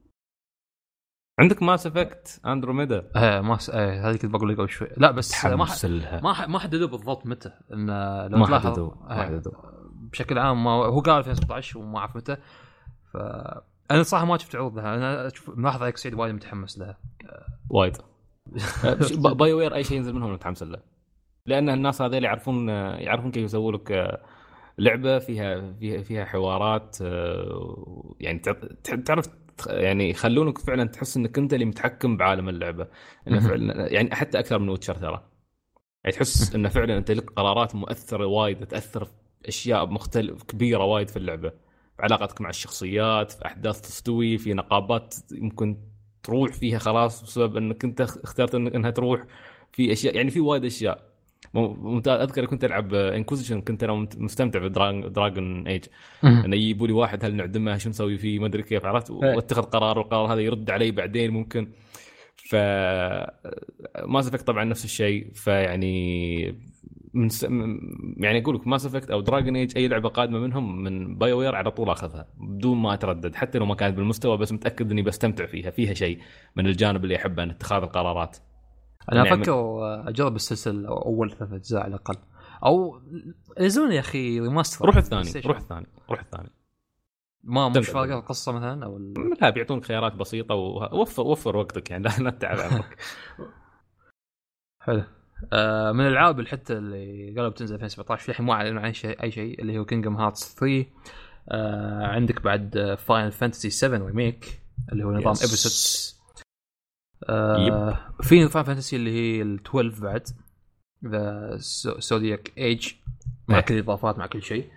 [SPEAKER 2] عندك ماس افكت اندروميدا
[SPEAKER 1] ايه ماس ايه هذه كنت بقول لك قبل شوي. لا بس ما ح... ما ما حددوا بالضبط متى ان لو
[SPEAKER 2] ما حددوا ما حددوا
[SPEAKER 1] بشكل عام ما هو قال ألفين وسبعة عشر وما أعرف متى. فأنا صراحة ما شفت عروض لها. أنا أشوف ملاحظ عليك سعيد وايد متحمس لها
[SPEAKER 2] وايد. باي وير أي شيء ينزل منهم متحمس له لأن الناس هذول يعرفون يعرفون كيف يسووا لك لعبة فيها فيها فيها حوارات يعني تعرف يعني يخلونك فعلا تحس انك انت اللي متحكم بعالم اللعبة انه فعلا يعني حتى اكثر من ويتشر ترى يعني تحس انه فعلا انت لك قرارات مؤثرة وايد تأثر في اشياء مختلفة كبيرة وايد في اللعبة في علاقتك مع الشخصيات في احداث تستوي في نقابات ممكن تروح فيها خلاص بسبب انك انت اخترت انها تروح في اشياء يعني في وايد اشياء ممتاز. اذكر كنت العب انكوزيشن كنت انا مستمتع بدراجون ايج انه يجيبوا لي واحد هل نعدمه شو نسوي فيه ما ادري كيف عرفت واتخذ قرار والقرار هذا يرد علي بعدين ممكن. ف ماس افكت طبعا نفس الشيء. فيعني من س... يعني اقول لك ماس افكت او دراجون ايج اي لعبه قادمه منهم من باي وير على طول اخذها بدون ما اتردد حتى لو ما كانت بالمستوى بس متاكد اني بستمتع فيها فيها شيء من الجانب اللي احبه ان اتخاذ القرارات.
[SPEAKER 1] انا افكر اجرب السلسله اول ثلاث اجزاء على الاقل او يزون يا اخي ريماستر.
[SPEAKER 2] روح الثاني روح الثاني روح الثاني
[SPEAKER 1] ما مش فارقه القصه مثلا او ال...
[SPEAKER 2] لا بيعطونك خيارات بسيطه ووفر وفر وقتك يعني لا تتعب عمرك.
[SPEAKER 1] حلو. آه من الالعاب اللي حتى اللي قالوا بتنزل ألفين وسبعة عشر في الحين مو اعلن عن شيء اي شيء اللي هو كينجدم هارتس ثري. آه عندك بعد فاينل فانتسي سفن ريميك اللي هو نظام ابيسودز. آه في فاينل فانتسي اللي هي ال اثنا عشر بعد ذا سودياك ايج مع كل الاضافات مع كل شيء.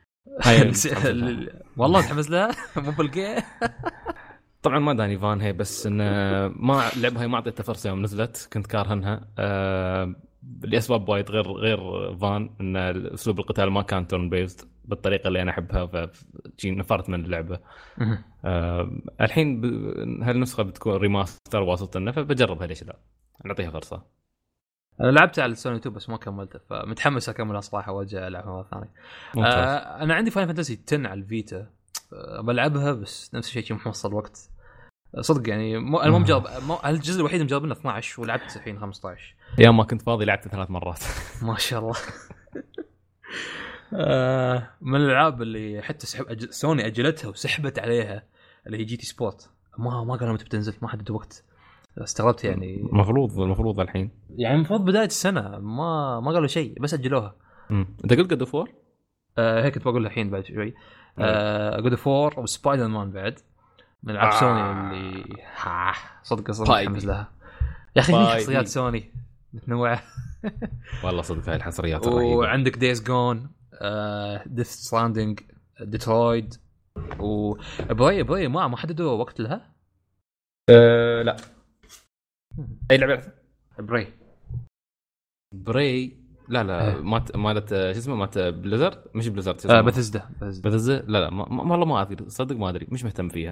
[SPEAKER 1] والله متحمس لها مو بالقى.
[SPEAKER 2] طبعا ما داني فان هي بس ان ما لعبها ما اعطيتها فرصه يوم نزلت كنت كارهنها أه لاسباب وايد غير غير فان ان اسلوب القتال ما كان تورن بيست بالطريقه اللي انا احبها فجي نفرت من اللعبه. أه الحين ب... هالنسخه بتكون ريماستر واسطه لنا فبجربها ليش لا نعطيها فرصه.
[SPEAKER 1] انا لعبت على السوني تو بس ما كملته فمتحمس اكملها صراحه وارجع العبها مره ثانيه. أه انا عندي فاينل فانتسي عشرة على الفيتا أه بلعبها بس نفس الشيء مو محصل وقت صدق يعني مو انا مو مجرب الجزء الوحيد مجربينه اثنا عشر ولعبت الحين خمسة عشر
[SPEAKER 2] يا ما كنت فاضي لعبت ثلاث مرات.
[SPEAKER 1] ما شاء الله. آه من الالعاب اللي حتى سحب أج... سوني اجلتها وسحبت عليها اللي هي جي تي سبورت ما ما قالوا متى بتنزل ما حددوا وقت استغربت يعني
[SPEAKER 2] المفروض المفروض الحين
[SPEAKER 1] يعني المفروض بدايه السنه ما ما قالوا شيء بس اجلوها.
[SPEAKER 2] امم انت قلت جود اوف وور
[SPEAKER 1] آه هيك كنت بقول الحين بعد شوي آه جود اوف وور وسبايدر مان بعد من العاب آه. سوني اللي ها صدق صدق متحمس لها يا اخي شخصيات سوني متنوعه.
[SPEAKER 2] والله صدق هاي الحصريات رهيبه.
[SPEAKER 1] وعندك دايز جون ديث ستراندينج ديترويد وبراي براي ما ما حددوا وقت لها.
[SPEAKER 2] أه لا اي لعبه
[SPEAKER 1] براي
[SPEAKER 2] براي لا لا أه. مات مالت شو اسمه مات بليزرد مش بليزرد
[SPEAKER 1] آه بثزدا
[SPEAKER 2] بثزدا لا لا ما والله ما ادري صدق ما ادري مش مهتم فيها.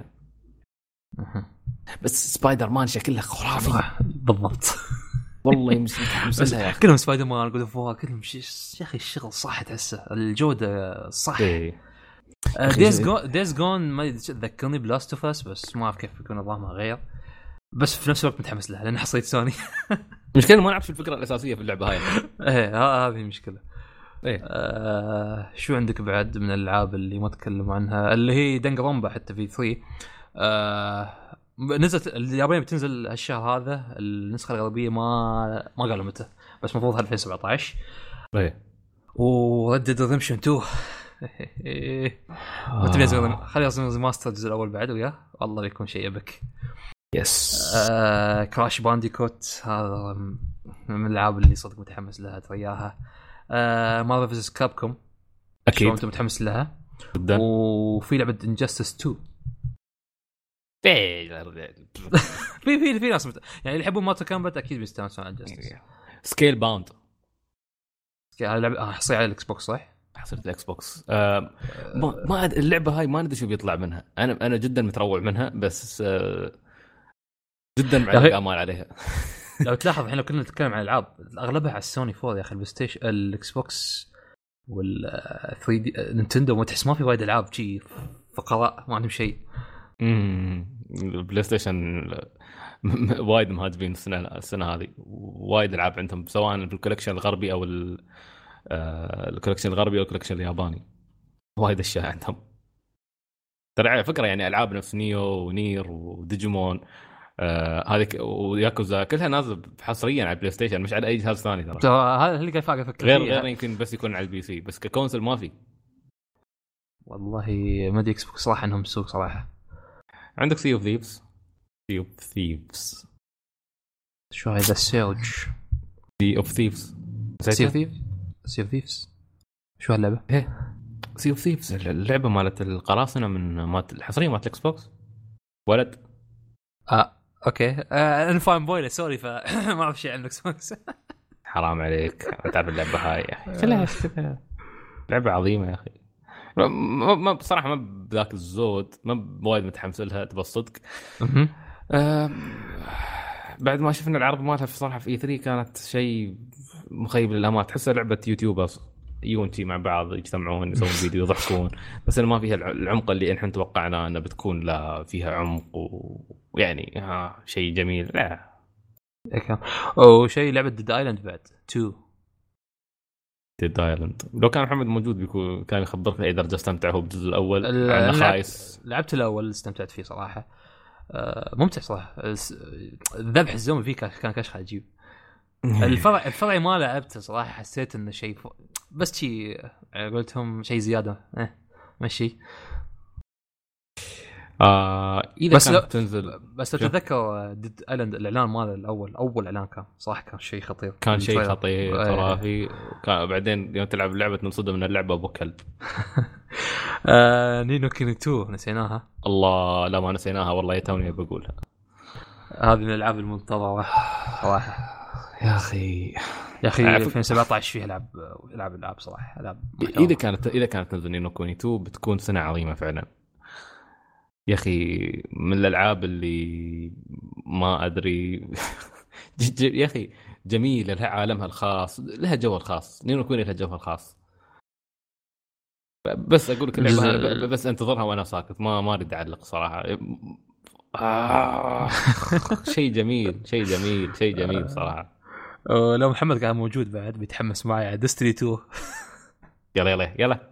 [SPEAKER 2] بس سبايدر مان شكلها خرافي
[SPEAKER 1] بالضبط.
[SPEAKER 2] والله يمسك حمسها يا اخي
[SPEAKER 1] كلهم سبايدر مان جود اوف وور كلهم شيء يا اخي الشغل صح تحسه الجوده صح. ديز جون ديز جون ما تذكرني بلاست اوف اس بس ما اعرف كيف يكون نظامها غير بس في نفس الوقت متحمس لها لان حصيت سوني.
[SPEAKER 2] مشكلة ما نعرف الفكرة الأساسية في اللعبة هاي.
[SPEAKER 1] ايه هذه مشكلة.
[SPEAKER 2] ايه
[SPEAKER 1] آه شو عندك بعد من الألعاب اللي ما تكلموا عنها اللي هي دنجرامبا حتى في ثري آه نزلت اليابانية بتنزل هالشهر هذا النسخة الغربية ما ما قالوا متى بس مفروض ألفين وسبعة عشر.
[SPEAKER 2] ايه
[SPEAKER 1] وردد ريدمشن تو وتبي خليص ماستر الجزء الأول بعد وياه والله بيكون شيء يبك.
[SPEAKER 2] يس
[SPEAKER 1] آه كراش بانديكوت هذا من الألعاب اللي صدق متحمس لها ترياها. آه مارفل فيرسس كابكوم
[SPEAKER 2] أكيد
[SPEAKER 1] أنت متحمس لها
[SPEAKER 2] جدا.
[SPEAKER 1] وفي لعبة انجستس تو
[SPEAKER 2] في
[SPEAKER 1] في في ناس مت... يعني اللي يحبون مارتل كامبات أكيد بيستانسون على انجستس.
[SPEAKER 2] سكيل باوند
[SPEAKER 1] لعبة حصرية على الإكس بوكس صح؟
[SPEAKER 2] حصرت الإكس بوكس آه ما, ما اللعبة هاي ما ندري شو بيطلع منها. أنا أنا جدا متروع منها بس آه جدا معلق امال عليها.
[SPEAKER 1] لو تلاحظ احنا كنا نتكلم عن العاب اغلبها على السوني فور يا اخي البلاي ستيشن الاكس بوكس وال ثري دي نينتندو ما تحس ما في وايد العاب شيء فقراء ما عندهم شيء.
[SPEAKER 2] امم البلاي ستيشن وايد مهاجمين السنه السنه هذه وايد العاب عندهم سواء في الكولكشن الغربي او الكولكشن الغربي او الكولكشن الياباني. وايد اشياء عندهم ترى على فكره، يعني العاب نفس نيو ونير وديجيمون آه هذيك وياكوزا كلها نازل حصريا على البلاي ستيشن، مش على اي جهاز ثاني ترى.
[SPEAKER 1] هذا اللي قاعد افكر فيه،
[SPEAKER 2] غير غير يمكن بس يكون على البي سي، بس ككونسول ما في.
[SPEAKER 1] والله ما ادري اكس بوكس صراحه انهم سوق صراحه.
[SPEAKER 2] عندك سي اوف ثيفز. سي اوف ثيفز
[SPEAKER 1] شو هذا السيرج؟
[SPEAKER 2] سي اوف ثيفز
[SPEAKER 1] سي اوف ثيفز سي اوف ثيفز شو هاللعبه؟
[SPEAKER 2] ايه سي اوف ثيفز اللعبه مالت القراصنه من مالت الحصريه مالت الاكس بوكس ولد.
[SPEAKER 1] اه اوكي آه انا فاهم بويله سوري فما اعرف شيء عن الاكس بوكس.
[SPEAKER 2] حرام عليك تعرف اللعبه هاي يا اخي. خلاص كذا لعبه عظيمه يا اخي. ما ما بصراحه ما بذاك الزود، ما وايد متحمس لها تبى الصدق. آه بعد ما شفنا العرض مالها في صراحه في اي ثري كانت شيء مخيب للامال، تحسها لعبه يوتيوبرز يونتي مع بعض يجتمعون يسوون فيديو يضحكون، بس ما فيها العمق اللي احنا توقعنا انها بتكون. لا فيها عمق ويعني ها شيء جميل. لا
[SPEAKER 1] او شيء لعبه ديد ايلاند بعد تو
[SPEAKER 2] ديد ايلاند لو كان محمد موجود بيكون كان يخبرك اي درجه استمتع هو بالجزء الاول. انا خايس
[SPEAKER 1] لعبت الاول استمتعت فيه صراحه. آه ممتع صراحه. الذبح الزومبي فيه كان كشخ عجيب. الفرع الفرع ما لعبته صراحه، حسيت انه شيء ف... بس شيء قلتهم شيء زياده اه ماشي.
[SPEAKER 2] آه اذا
[SPEAKER 1] بس
[SPEAKER 2] كانت تنزل
[SPEAKER 1] بس تتذكر ديد ايلاند الاعلان مال الاول اول اعلان كان صح كان شيء خطير،
[SPEAKER 2] كان شيء خطير خرافي. كان بعدين يوم تلعب لعبه ننصدم من اللعبه ابو كلب.
[SPEAKER 1] آه نينو كيني تو نسيناها.
[SPEAKER 2] الله لا ما نسيناها والله، يتوني بقولها.
[SPEAKER 1] هذه من الالعاب المنتظره صراحه
[SPEAKER 2] يا اخي.
[SPEAKER 1] يا اخي ألفين وسبعة عشر فيها لعب لعب العاب صراحه العاب.
[SPEAKER 2] اذا كانت اذا كانت تنزل نينو كوني تو بتكون سنه عظيمه فعلا يا اخي. من الالعاب اللي ما ادري يا اخي جميله، لها عالمها الخاص، لها جو الخاص. نينو كوني لها جو الخاص. بس اقول لك اللعبه بس انتظرها وانا ساكت، ما ما اريد اعلق صراحه. آه شيء جميل شيء جميل شيء جميل صراحه.
[SPEAKER 1] لو محمد كان موجود بعد بيتحمس معي على ديستري تو.
[SPEAKER 2] يلا يلا يلا.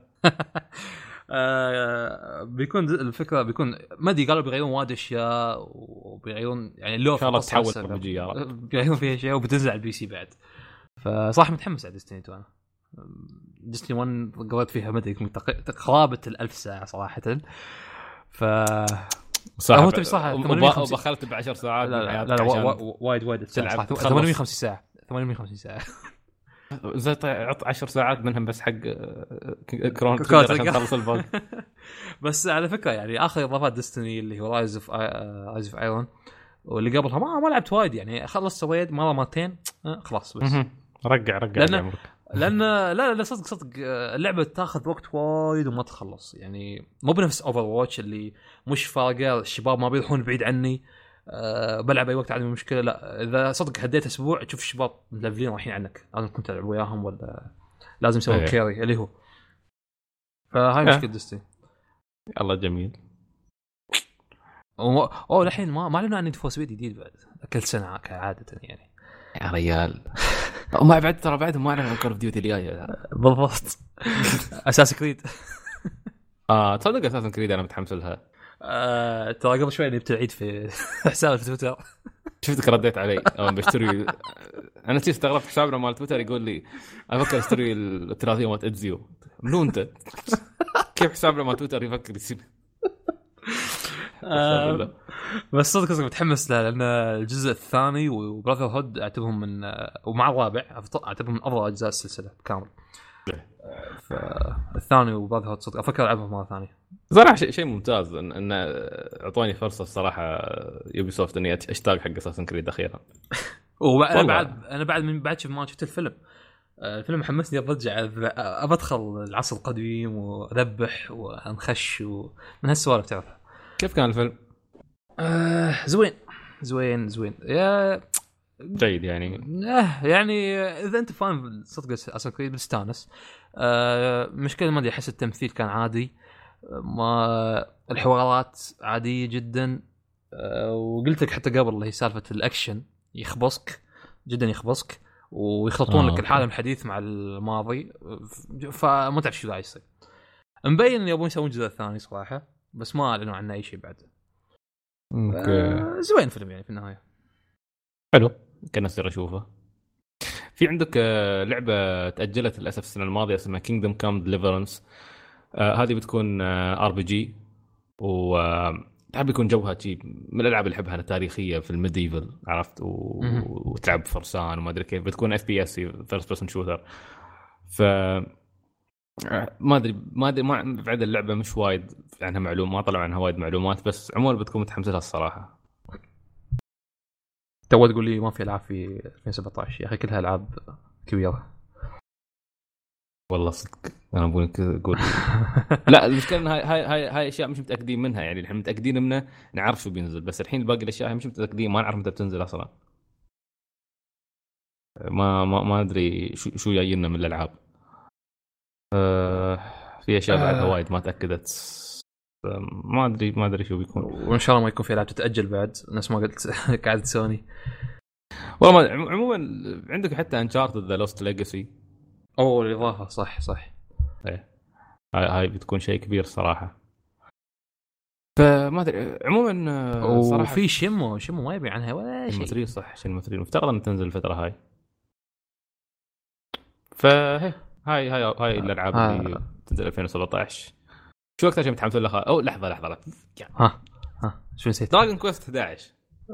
[SPEAKER 1] آه بيكون الفكره بيكون ما ادري قالوا بيغيرون وايد اشياء وبيغيرون يعني لو
[SPEAKER 2] ان شاء الله تحول بيجي
[SPEAKER 1] بيغيرون فيها اشياء وبتنزل على البي سي بعد. فصراحه متحمس على ديستني تو. انا ديستني واحد قرأت فيها ما ادري قرابه الألف ساعه صراحه. ف
[SPEAKER 2] صح هو صح بخلت بعشر ساعات.
[SPEAKER 1] لا لا, لا, لا وايد وايد ثمانمية وخمسين ساعه ثمانمية وخمسين ساعه
[SPEAKER 2] زي عط عشر ساعات منهم بس حق كرون عشان تخلص الباقي.
[SPEAKER 1] بس على فكره يعني اخر اضافات ديستني اللي هو رايز اوف رايز اوف ايرون واللي قبلها ما ما لعبت وايد يعني. خلصت سويت مره مرتين خلاص بس
[SPEAKER 2] رجع رجع
[SPEAKER 1] لأن عمرك. لان لا لا صدق صدق اللعبه تاخذ وقت وايد وما تخلص يعني. مو بنفس اوفر واتش اللي مش فارقه الشباب ما بيروحون بعيد عني أه بلعب اي وقت عندي مشكله. لا اذا صدق هديت اسبوع تشوف الشباب ملفلين رايحين عنك لازم كنت تلعب وياهم ولا لازم تسوي أيه. كيري اللي هو فهاي أه. مشكله دستي.
[SPEAKER 2] الله جميل.
[SPEAKER 1] او الحين ما ما لنا عن نيد فور سبيد جديد بعد كل سنه كعاده يعني
[SPEAKER 2] يا ريال. وما بعد ترى بعد ما اعلن عن كول اوف ديوتي الجايه
[SPEAKER 1] بالضبط. اساس كريد
[SPEAKER 2] اه تصدق اساس كريد انا متحمس لها.
[SPEAKER 1] آه، ترى قبل شوي جبت العيد في حسابي في تويتر
[SPEAKER 2] شفتك رديت علي أو بشتري. انا شي استغربت حسابنا مال تويتر يقول لي افكر اشتري الثلاثيه مال ادزيو. منو انت؟ كيف حسابنا مال تويتر يفكر يصير؟
[SPEAKER 1] آه بس صدق صدق متحمس له لان الجزء الثاني وبراذر هود اعتبرهم من ومع الرابع اعتبرهم من افضل اجزاء السلسله كامل. فالثاني وبراذر هود صدق افكر العبها مره ثانيه
[SPEAKER 2] صراحه. شيء شيء ممتاز ان, إن اعطوني فرصه الصراحه يوبي سوفت اني اشتاق حق اساسن كريد اخيرا.
[SPEAKER 1] وبعد بعد انا بعد من بعد ما شفت الفيلم الفيلم حمسني ارجع ابدخل العصر القديم واذبح وانخش ومن هالسوالف تعرفها.
[SPEAKER 2] كيف كان الفيلم؟
[SPEAKER 1] آه زوين زوين زوين يا
[SPEAKER 2] جيد يعني.
[SPEAKER 1] آه يعني اذا انت فاهم صدق اساسن كريد بتستانس. آه مشكله ما ادري احس التمثيل كان عادي ما الحوارات عاديه جدا. أه وقلت لك حتى قبل اللي هي سالفه الاكشن يخبصك جدا يخبصك ويخلطون آه. لك العالم الحديث مع الماضي فما تعرف شو قاعد يصير. مبين ان يبون يسوون الجزء الثاني صراحه، بس ما اعلنوا عنه اي شيء بعد.
[SPEAKER 2] اوكي
[SPEAKER 1] زوين فيلم يعني في النهايه،
[SPEAKER 2] حلو كان اصير اشوفه. في عندك لعبه تاجلت للاسف السنه الماضيه اسمها كينجدم كام ديليفرنس. هذه بتكون ار بي جي، و تحب يكون جوها شيء من الالعاب اللي احبها انا تاريخيه في الميديفل، عرفت، و... وتلعب فرسان وما ادري كيف. بتكون اف بي اس فيرست بيرسون شوتر. ف ما ادري ما ادري ما بعد اللعبه مش وايد عنها معلومات، ما طلعوا عنها وايد معلومات، بس عموما بتكون متحمس لها الصراحه.
[SPEAKER 1] تو تقول لي ما في العاب في ألفين وسبعة عشر يا اخي، كلها العاب كبيره
[SPEAKER 2] والله صدق. انا اقول اقول لا المشكله ان هاي هاي هاي هاي اشياء مش متاكدين منها، يعني احنا متاكدين منه نعرف شو بينزل، بس الحين باقي الاشياء مش متاكدين، ما نعرف متى بتنزل اصلا. ما ما ما ادري شو شو جاي لنا من الالعاب. أه في اشياء بعدها أه وايد ما تاكدت، ما ادري ما ادري شو بيكون.
[SPEAKER 1] وان شاء الله ما يكون في العاب تتاجل بعد نفس ما قلت قاعد سوني.
[SPEAKER 2] والله عموما عندك حتى انشارتد ذا لوست ليجاسي.
[SPEAKER 1] اوه الاضافه صح صح
[SPEAKER 2] ايه هاي هاي بتكون شيء كبير صراحه. فما ادري عموما
[SPEAKER 1] صراحه. وفي شيمو شيمو ما يبي عنها ولا شيء.
[SPEAKER 2] المثري صح، شيء المثري مفترض ان تنزل الفتره هاي. فهي هاي هاي هاي الالعاب آه. اللي تنزل ألفين وسبعة عشر. شو اكثر شيء متحمس له؟ او لحظه لحظه لحظه
[SPEAKER 1] ها ها شو نسيت؟
[SPEAKER 2] دراجون كويست إحدى عشر.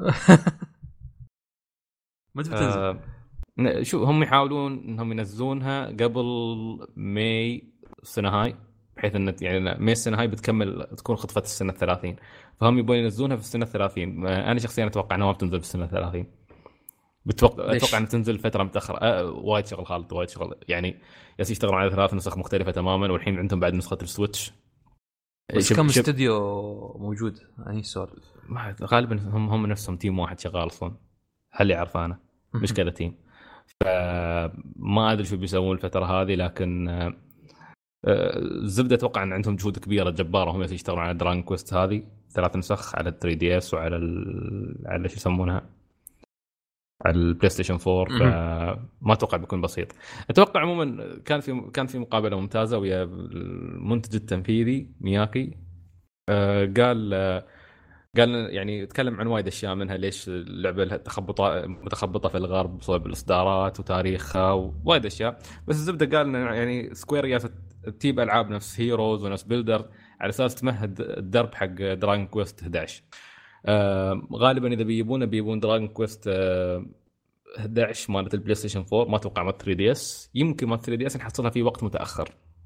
[SPEAKER 1] متى بتنزل؟
[SPEAKER 2] آه شو هم يحاولون انهم ينزلونها قبل ماي السنه هاي، بحيث ان يعني ماي السنه هاي بتكمل تكون خطفه السنه الثلاثين، فهم يبون ينزلونها في السنه الثلاثين. انا شخصيا اتوقع انها ما بتنزل في السنه الثلاثين، بتوقع اتوقع ان تنزل فتره متاخره. أه وايد شغل خالد، وايد شغل يعني. ياس يشتغلون على ثلاث نسخ مختلفه تماما، والحين عندهم بعد نسخه السويتش.
[SPEAKER 1] بس كم استوديو موجود يعني السؤال؟
[SPEAKER 2] غالبا هم هم نفسهم تيم واحد شغال اصلا، هل يعرف انا مش كذا تيم. فما ادري شو بيسوون الفتره هذه، لكن الزبده اتوقع ان عندهم جهود كبيره جباره. هم يشتغلون على دراجون كويست هذه ثلاث نسخ على ثري دي اس وعلى ال... على شو يسمونها على البلاي ستيشن فور. فما اتوقع بيكون بسيط. اتوقع عموما كان في كان في مقابله ممتازه ويا المنتج التنفيذي مياكي. آه قال آه قال يعني تكلم عن وايد اشياء، منها ليش اللعبه تخبطه متخبطه في الغرب بسبب الاصدارات وتاريخها ووايد اشياء. بس الزبده قال يعني سكوير يا تجيب العاب نفس هيروز ونفس بيلدر على اساس تمهد الدرب حق دراجون كويست إحدى عشر. آه غالبا اذا بيجيبونه بيجيبون دراجون كويست آه إحدى عشر مالت البلاي ستيشن فور، ما اتوقع مال ثري دي اس. يمكن مال ثري دي اس نحصلها في وقت متاخر.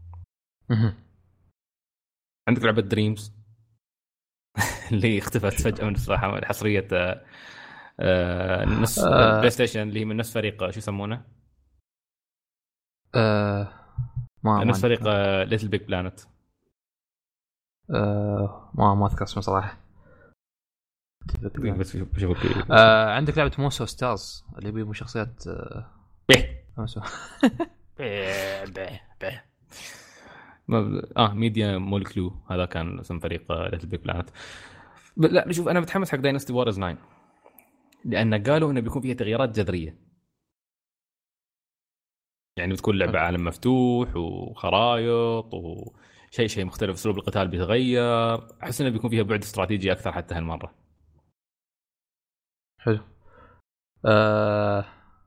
[SPEAKER 2] عندك لعبه دريمز اللي اختفت فجاه من الصراحه، حصريه آه آه نفس آه بلاي ستيشن، اللي هي من نفس فريق شو يسمونه
[SPEAKER 1] آه ما
[SPEAKER 2] نفس فريق آه ليتل بيج بلانت.
[SPEAKER 1] آه ما ما اذكر اسمه صراحه.
[SPEAKER 2] بس بشوفك
[SPEAKER 1] آه عندك لعبه موسو ستارز اللي بيبو شخصيات آه
[SPEAKER 2] به به به اه ميديا مولكيو، هذا كان اسم فريق ليتل بيج بلانت. لا شوف انا متحمس حق داينستي وارز ناين، لان قالوا انه بيكون فيها تغييرات جذريه. يعني بتكون لعبه عالم مفتوح وخرايط وشيء شيء مختلف، اسلوب القتال بيتغير. احس انه بيكون فيها بعد استراتيجي اكثر حتى هالمره.
[SPEAKER 1] حلو. آه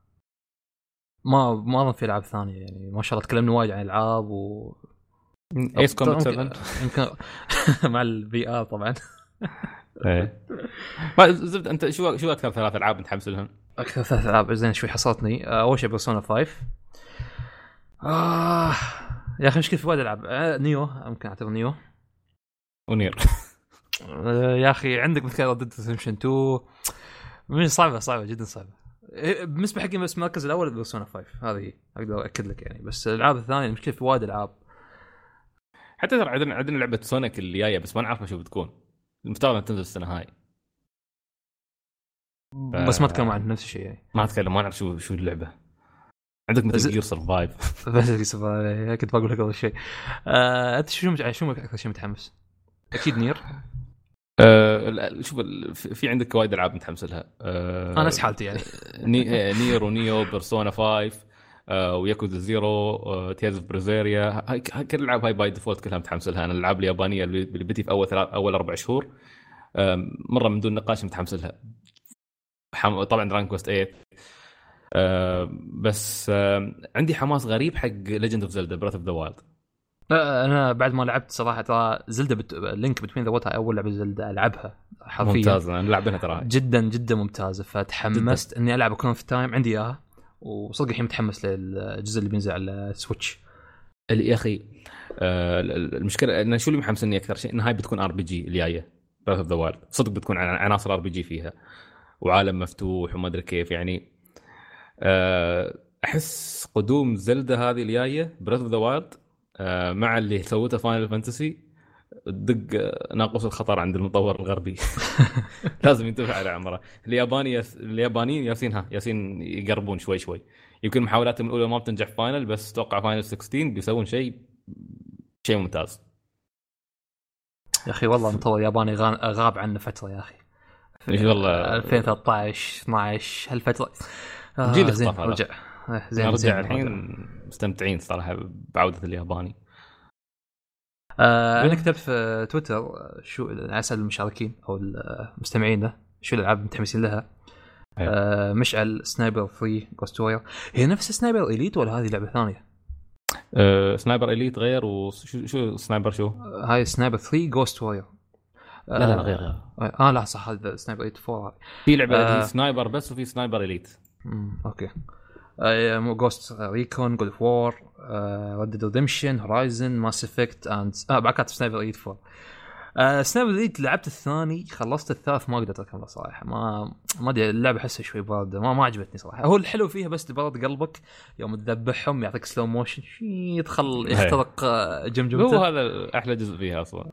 [SPEAKER 1] ما ما اظن في العاب ثانيه يعني، ما شاء الله تكلمنا وايد عن العاب و
[SPEAKER 2] ايس كومبات سفن
[SPEAKER 1] يمكن مع الفي ار طبعا.
[SPEAKER 2] ايه ما زبد انت شو شو اكثر ثلاث العاب متحمس لهم؟
[SPEAKER 1] اكثر ثلاث العاب زين شوي حصلتني. اول شيء بيرسونا فايف. آه يا اخي مشكله في وايد العاب. آه نيو ممكن اعتبر نيو
[SPEAKER 2] ونير.
[SPEAKER 1] آه يا اخي عندك مثل ضد سيمشن تو من صعبه صعبه جدا صعبه بالنسبه حقي. بس المركز الاول بيرسونا فايف هذه اقدر اكد لك يعني. بس الالعاب الثانيه المشكله في وايد العاب.
[SPEAKER 2] حتى ترى عندنا عندنا لعبه سونيك اللي جايه بس ما نعرف شو بتكون، المفترض ان تنزل السنه هاي.
[SPEAKER 1] ف... بس ما اتكلم عن نفس الشيء يعني.
[SPEAKER 2] ما اتكلم ما نعرف شو شو اللعبه. عندك مثل جير سرفايف.
[SPEAKER 1] بس جير سرفايف كنت بقول لك اول شيء. آه، انت شو متع... شو اكثر شيء متحمس؟ اكيد نير.
[SPEAKER 2] آه، شوف في عندك وايد العاب متحمس لها. آه،
[SPEAKER 1] انا اسحالتي يعني.
[SPEAKER 2] ني... نير ونيو بيرسونا فايف. وياكوزا زيرو، تيرز اوف بريزيريا، كل الالعاب هاي باي ديفولت كلها متحمس لها. انا الالعاب اليابانيه اللي بدي في اول ثلاث اول اربع شهور مره من دون نقاش متحمس لها. طبعا دراجون كويست ثمانية، بس عندي حماس غريب حق ليجند اوف زلدا بريث اوف ذا وايلد.
[SPEAKER 1] انا بعد ما لعبت صراحه ترى زلدا بت... لينك بتوين ذا ووتر اول لعبه زلدا العبها حرفيا
[SPEAKER 2] ممتازه، انا لعبها ترى
[SPEAKER 1] جدا جدا ممتازه، فتحمست جداً. اني العب كون في تايم عندي اياها، وصدق الحين متحمس للجزء اللي بينزل على السويتش.
[SPEAKER 2] اللي يا اخي آه المشكله ان شو اللي محمسني اكثر شيء ان هاي بتكون ار بي جي الجايه بريث اوف ذا وايلد، صدق بتكون عناصر ار بي جي فيها وعالم مفتوح وما ادري كيف يعني. آه احس قدوم زلدا هذه الجايه بريث اوف ذا وايلد مع اللي سوته فاينل فانتسي دق ناقص الخطر عند المطور الغربي. لازم ينتبه على عمره. الياباني يس... اليابانيين ياسينها ياسين يقربون شوي شوي، يمكن محاولاتهم الاولى ما بتنجح فاينل، بس توقع فاينل ستة عشر بيسوون شيء شيء ممتاز
[SPEAKER 1] يا اخي. والله المطور الياباني غاب عنه فتره يا اخي،
[SPEAKER 2] ايش والله
[SPEAKER 1] ألفين وثلاثة عشر اثنا عشر هالفتره.
[SPEAKER 2] آه جيل زين
[SPEAKER 1] رجع
[SPEAKER 2] زين رجع الحين مستمتعين صراحه بعوده الياباني.
[SPEAKER 1] آه انا كتبت في تويتر شو اسال المشاركين او المستمعين ده شو الالعاب متحمسين لها. آه مشعل سنايبر ثلاثة جوست وير، هي نفس سنايبر إليت ولا هذه لعبه ثانيه؟
[SPEAKER 2] آه سنايبر إليت غير، وشو شو سنايبر شو
[SPEAKER 1] آه هاي سنايبر ثلاثة جوست وير.
[SPEAKER 2] لا لا غير غير
[SPEAKER 1] اه لا صح، هذا سنايبر إليت أربعة.
[SPEAKER 2] في لعبه آه سنايبر بس، وفي سنايبر إليت.
[SPEAKER 1] امم اوكي. مو جوست ريكون، جولد اوف وور، ريد ديد ريدمشن، هورايزن، ماس افكت اند اه بعد كاتب سنايبر إليت أربعة. آه سنايبر إليت لعبت الثاني، خلصت الثالث ما قدرت اكمله صراحه. ما ما ادري اللعبه احسها شوي بارده، ما ما عجبتني صراحه. هو الحلو فيها بس برد قلبك يوم تذبحهم يعطيك سلو موشن يدخل يخترق جمجمته.
[SPEAKER 2] هو هذا احلى جزء فيها اصلا.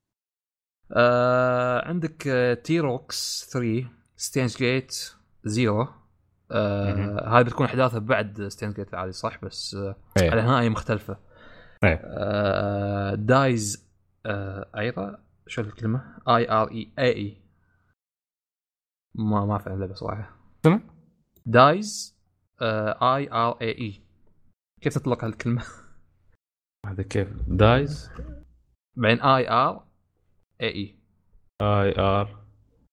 [SPEAKER 1] آه عندك تيروكس ثلاثة، ستينز جيت زيرو. آه هاي بتكون احداثها بعد ستينز جيت العادي صح، بس آه أيه. على نهايه مختلفه.
[SPEAKER 2] أيه.
[SPEAKER 1] آه دايز آه ايضا شو الكلمه اي ار اي اي ما ما فهم اللعبه صراحه.
[SPEAKER 2] تمام.
[SPEAKER 1] دايز آه اي ار اي اي كيف تطلق هالكلمه؟
[SPEAKER 2] هذا كيف دايز
[SPEAKER 1] بعدين اي ار اي اي
[SPEAKER 2] اي ار.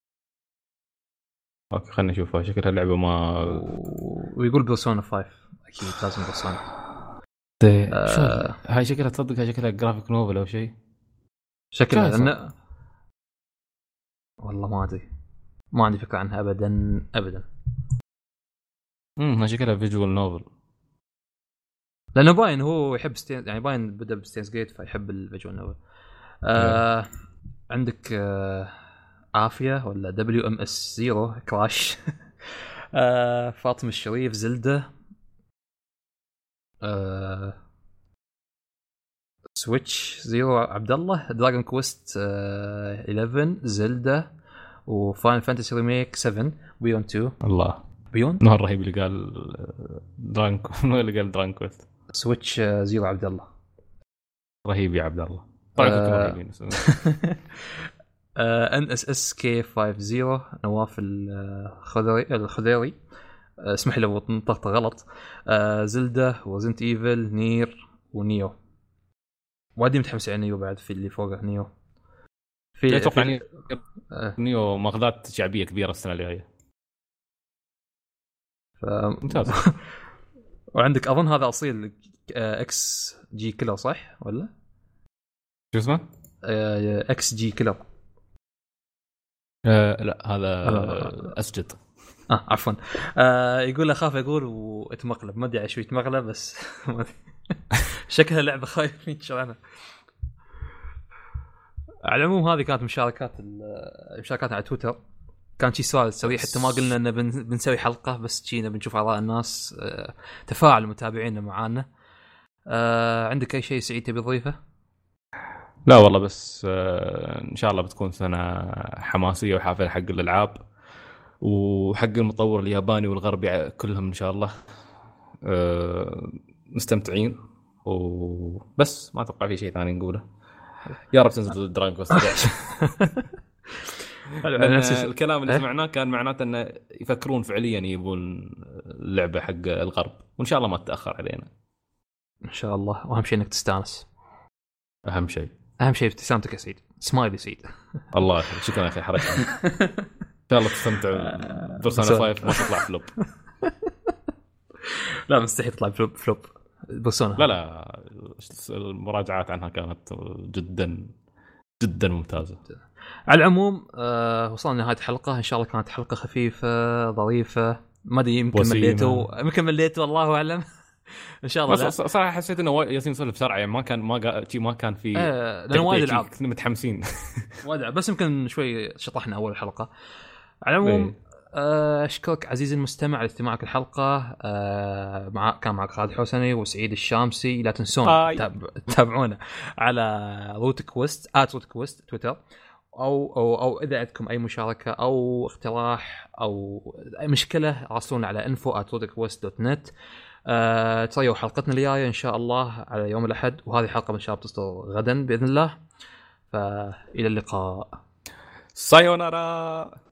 [SPEAKER 2] اوكي خلينا نشوفها، شكلها اللعبه ما
[SPEAKER 1] ويقول بيرسونا خمسة اكيد لازم بيرسونا.
[SPEAKER 2] آه... هاي شكلها تصدق هاي شكلها جرافيك نوفل او شيء
[SPEAKER 1] شكلها لأن... والله ما ادري، ما عندي فكره عنها ابدا ابدا.
[SPEAKER 2] امم شكلها فيجوال نوفل،
[SPEAKER 1] لانه باين هو يحب ستين، يعني باين بدا بستينز جيت فيحب الفيجوال نوفل. آه... عندك آه... عافيه ولا دبليو ام اس زيرو كراش. آه... فاطمه الشريف زلدة، آه... سويتش زيرو عبد الله، دراجون كويست آه... إحدى عشر زلدة، وفاين فانتسي ريميك سبعة، بيون اثنين.
[SPEAKER 2] الله
[SPEAKER 1] بيون
[SPEAKER 2] نهار رهيب اللي قال دراجون كو اللي قال دراجون كويست.
[SPEAKER 1] سويتش آه... زيرو عبد الله
[SPEAKER 2] رهيب يا عبد الله. طبعا كنت رهيبين.
[SPEAKER 1] ان اس اس كي خمسين نواف الخضري الخضيري. اسمح لي لو نطقت غلط. زلدة وزنت ايفل نير ونيو. وادي متحمس على نيو بعد، في اللي فوقه نيو.
[SPEAKER 2] في اتوقع في... نيو ماخذات شعبيه كبيره السنه الجايه.
[SPEAKER 1] ف... ممتاز. وعندك اظن هذا اصيل اكس جي كيلر صح ولا
[SPEAKER 2] شو اسمه؟
[SPEAKER 1] اكس جي كيلر.
[SPEAKER 2] أه لا هذا أه اسجد.
[SPEAKER 1] اه عفوا. آه يقول اخاف اقول واتمقلب، ما ادري شو يتمقلب بس شكلها لعبه خايف من شرعنها. على العموم هذه كانت مشاركات المشاركات على تويتر. كان شيء سؤال سوي، حتى ما قلنا ان بنسوي حلقه، بس جينا بنشوف اراء الناس، آه تفاعل متابعينا معانا. آه عندك اي شيء سعيد تبي تضيفه؟
[SPEAKER 2] لا والله بس آه ان شاء الله بتكون سنه حماسيه وحافله حق الالعاب وحق المطور الياباني والغربي كلهم ان شاء الله. آه مستمتعين وبس، ما اتوقع في شيء ثاني نقوله. يا رب تنزل دراجون كويست. الكلام اللي سمعناه كان معناته انه يفكرون فعليا يبون اللعبه حق الغرب، وان شاء الله ما تتاخر علينا
[SPEAKER 1] ان شاء الله. واهم شيء انك تستانس،
[SPEAKER 2] اهم شيء
[SPEAKER 1] اهم شيء ابتسامتك يا سعيد، سمايلي سعيد.
[SPEAKER 2] الله يخليك، شكرا يا اخي حركه. ان شاء الله تستمتع بيرسونا خمسة ما تطلع فلوب.
[SPEAKER 1] لا مستحيل تطلع فلوب فلوب بيرسونا.
[SPEAKER 2] لا لا المراجعات عنها كانت جدا جدا ممتازه.
[SPEAKER 1] على العموم آه وصلنا نهايه الحلقه، ان شاء الله كانت حلقه خفيفه ظريفه، ما ادري يمكن مليتوا يمكن مليتوا الله اعلم. ان شاء الله.
[SPEAKER 2] بس صراحه حسيت انه ياسين سولف بسرعه يعني ما كان ما ما كان في
[SPEAKER 1] آه لانه وايد العاب
[SPEAKER 2] كنا متحمسين
[SPEAKER 1] وايد، بس يمكن شوي شطحنا اول الحلقه. على العموم اشكرك عزيزي المستمع على استماعك الحلقه. أه مع كان معك خالد حسني وسعيد الشامسي. لا تنسون تاب... تابعونا على روت كويست @روت كويست تويتر، او او او اذا عندكم اي مشاركه او اقتراح او اي مشكله راسلونا على info at rootquest dot net. أه تصيروا حلقتنا الجايه ان شاء الله على يوم الاحد، وهذه الحلقه ان شاء الله تصدر غدا باذن الله. فالى اللقاء،
[SPEAKER 2] سايونارا.